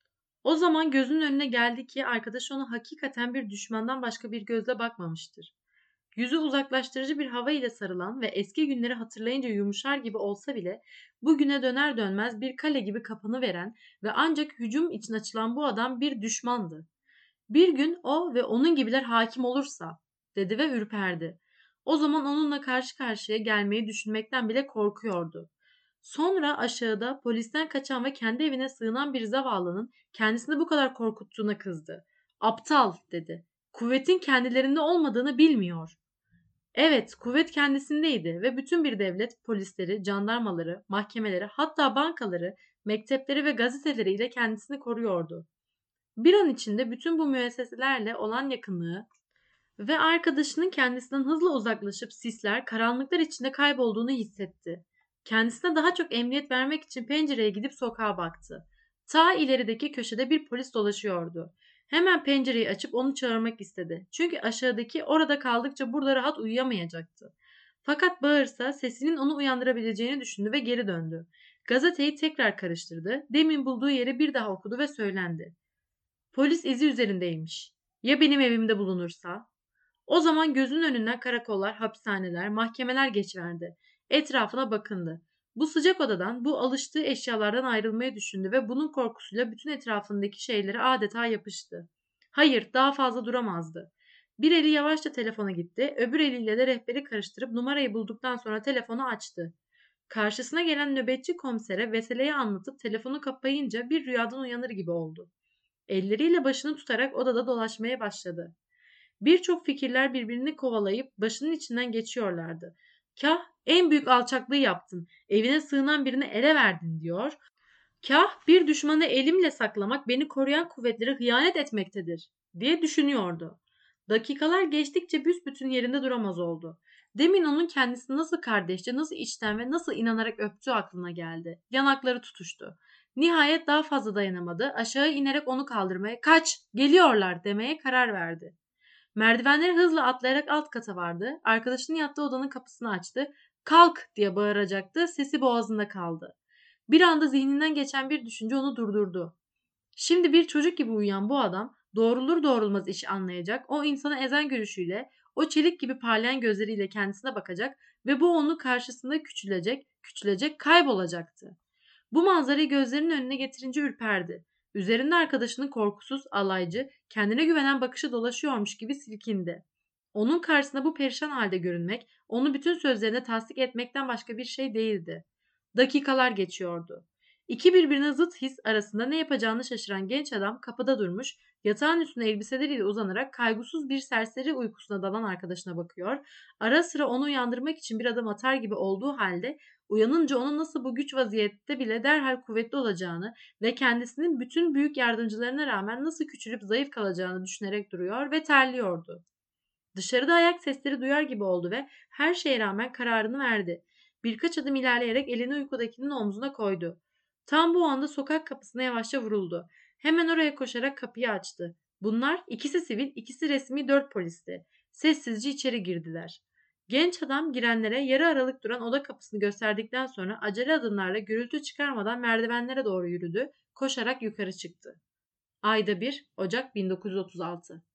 O zaman gözünün önüne geldi ki arkadaş ona hakikaten bir düşmandan başka bir gözle bakmamıştır. Yüzü uzaklaştırıcı bir hava ile sarılan ve eski günleri hatırlayınca yumuşar gibi olsa bile bugüne döner dönmez bir kale gibi kapanıveren ve ancak hücum için açılan bu adam bir düşmandı. "Bir gün o ve onun gibiler hakim olursa," dedi ve ürperdi. O zaman onunla karşı karşıya gelmeyi düşünmekten bile korkuyordu. Sonra aşağıda polisten kaçan ve kendi evine sığınan bir zavallının kendisini bu kadar korkuttuğuna kızdı. "Aptal," dedi. "Kuvvetin kendilerinde olmadığını bilmiyor." Evet, kuvvet kendisindeydi ve bütün bir devlet polisleri, jandarmaları, mahkemeleri, hatta bankaları, mektepleri ve gazeteleriyle kendisini koruyordu. Bir an içinde bütün bu müesseselerle olan yakınlığı ve arkadaşının kendisinden hızla uzaklaşıp sisler, karanlıklar içinde kaybolduğunu hissetti. Kendisine daha çok emniyet vermek için pencereye gidip sokağa baktı. Ta ilerideki köşede bir polis dolaşıyordu. Hemen pencereyi açıp onu çağırmak istedi. Çünkü aşağıdaki orada kaldıkça burada rahat uyuyamayacaktı. Fakat bağırsa sesinin onu uyandırabileceğini düşündü ve geri döndü. Gazeteyi tekrar karıştırdı. Demin bulduğu yeri bir daha okudu ve söylendi. Polis izi üzerindeymiş. Ya benim evimde bulunursa? O zaman gözünün önünden karakollar, hapishaneler, mahkemeler geçiverdi. Etrafına bakındı. Bu sıcak odadan, bu alıştığı eşyalardan ayrılmayı düşündü ve bunun korkusuyla bütün etrafındaki şeylere adeta yapıştı. Hayır, daha fazla duramazdı. Bir eli yavaşça telefona gitti, öbür eliyle de rehberi karıştırıp numarayı bulduktan sonra telefonu açtı. Karşısına gelen nöbetçi komisere meseleyi anlatıp telefonu kapayınca bir rüyadan uyanır gibi oldu. Elleriyle başını tutarak odada dolaşmaya başladı. Birçok fikirler birbirini kovalayıp başının içinden geçiyorlardı. Kah en büyük alçaklığı yaptın, evine sığınan birini ele verdin diyor. Kah bir düşmanı elimle saklamak beni koruyan kuvvetlere hıyanet etmektedir diye düşünüyordu. Dakikalar geçtikçe büsbütün yerinde duramaz oldu. Demin onun kendisini nasıl kardeşçe, nasıl içten ve nasıl inanarak öptüğü aklına geldi. Yanakları tutuştu. Nihayet daha fazla dayanamadı. Aşağı inerek onu kaldırmaya, kaç, geliyorlar demeye karar verdi. Merdivenleri hızla atlayarak alt kata vardı. Arkadaşının yattığı odanın kapısını açtı. Kalk diye bağıracaktı. Sesi boğazında kaldı. Bir anda zihninden geçen bir düşünce onu durdurdu. Şimdi bir çocuk gibi uyuyan bu adam doğrulur doğrulmaz işi anlayacak, o insanı ezen görüşüyle, o çelik gibi parlayan gözleriyle kendisine bakacak ve bu onu karşısında küçülecek, küçülecek, kaybolacaktı. Bu manzarayı gözlerinin önüne getirince ürperdi. Üzerinde arkadaşının korkusuz, alaycı, kendine güvenen bakışı dolaşıyormuş gibi silkindi. Onun karşısında bu perişan halde görünmek, onu bütün sözlerine tasdik etmekten başka bir şey değildi. Dakikalar geçiyordu. İki birbirine zıt his arasında ne yapacağını şaşıran genç adam kapıda durmuş, yatağın üstüne elbiseleriyle uzanarak kaygısız bir serseri uykusuna dalan arkadaşına bakıyor, ara sıra onu uyandırmak için bir adım atar gibi olduğu halde uyanınca onun nasıl bu güç vaziyette bile derhal kuvvetli olacağını ve kendisinin bütün büyük yardımcılarına rağmen nasıl küçülüp zayıf kalacağını düşünerek duruyor ve terliyordu. Dışarıda ayak sesleri duyar gibi oldu ve her şeye rağmen kararını verdi. Birkaç adım ilerleyerek elini uykudakinin omzuna koydu. Tam bu anda sokak kapısına yavaşça vuruldu. Hemen oraya koşarak kapıyı açtı. Bunlar ikisi sivil, ikisi resmi dört polisti. Sessizce içeri girdiler. Genç adam girenlere yarı aralık duran oda kapısını gösterdikten sonra acele adımlarla gürültü çıkarmadan merdivenlere doğru yürüdü, koşarak yukarı çıktı. Ayda bir, Ocak bin dokuz yüz otuz altı.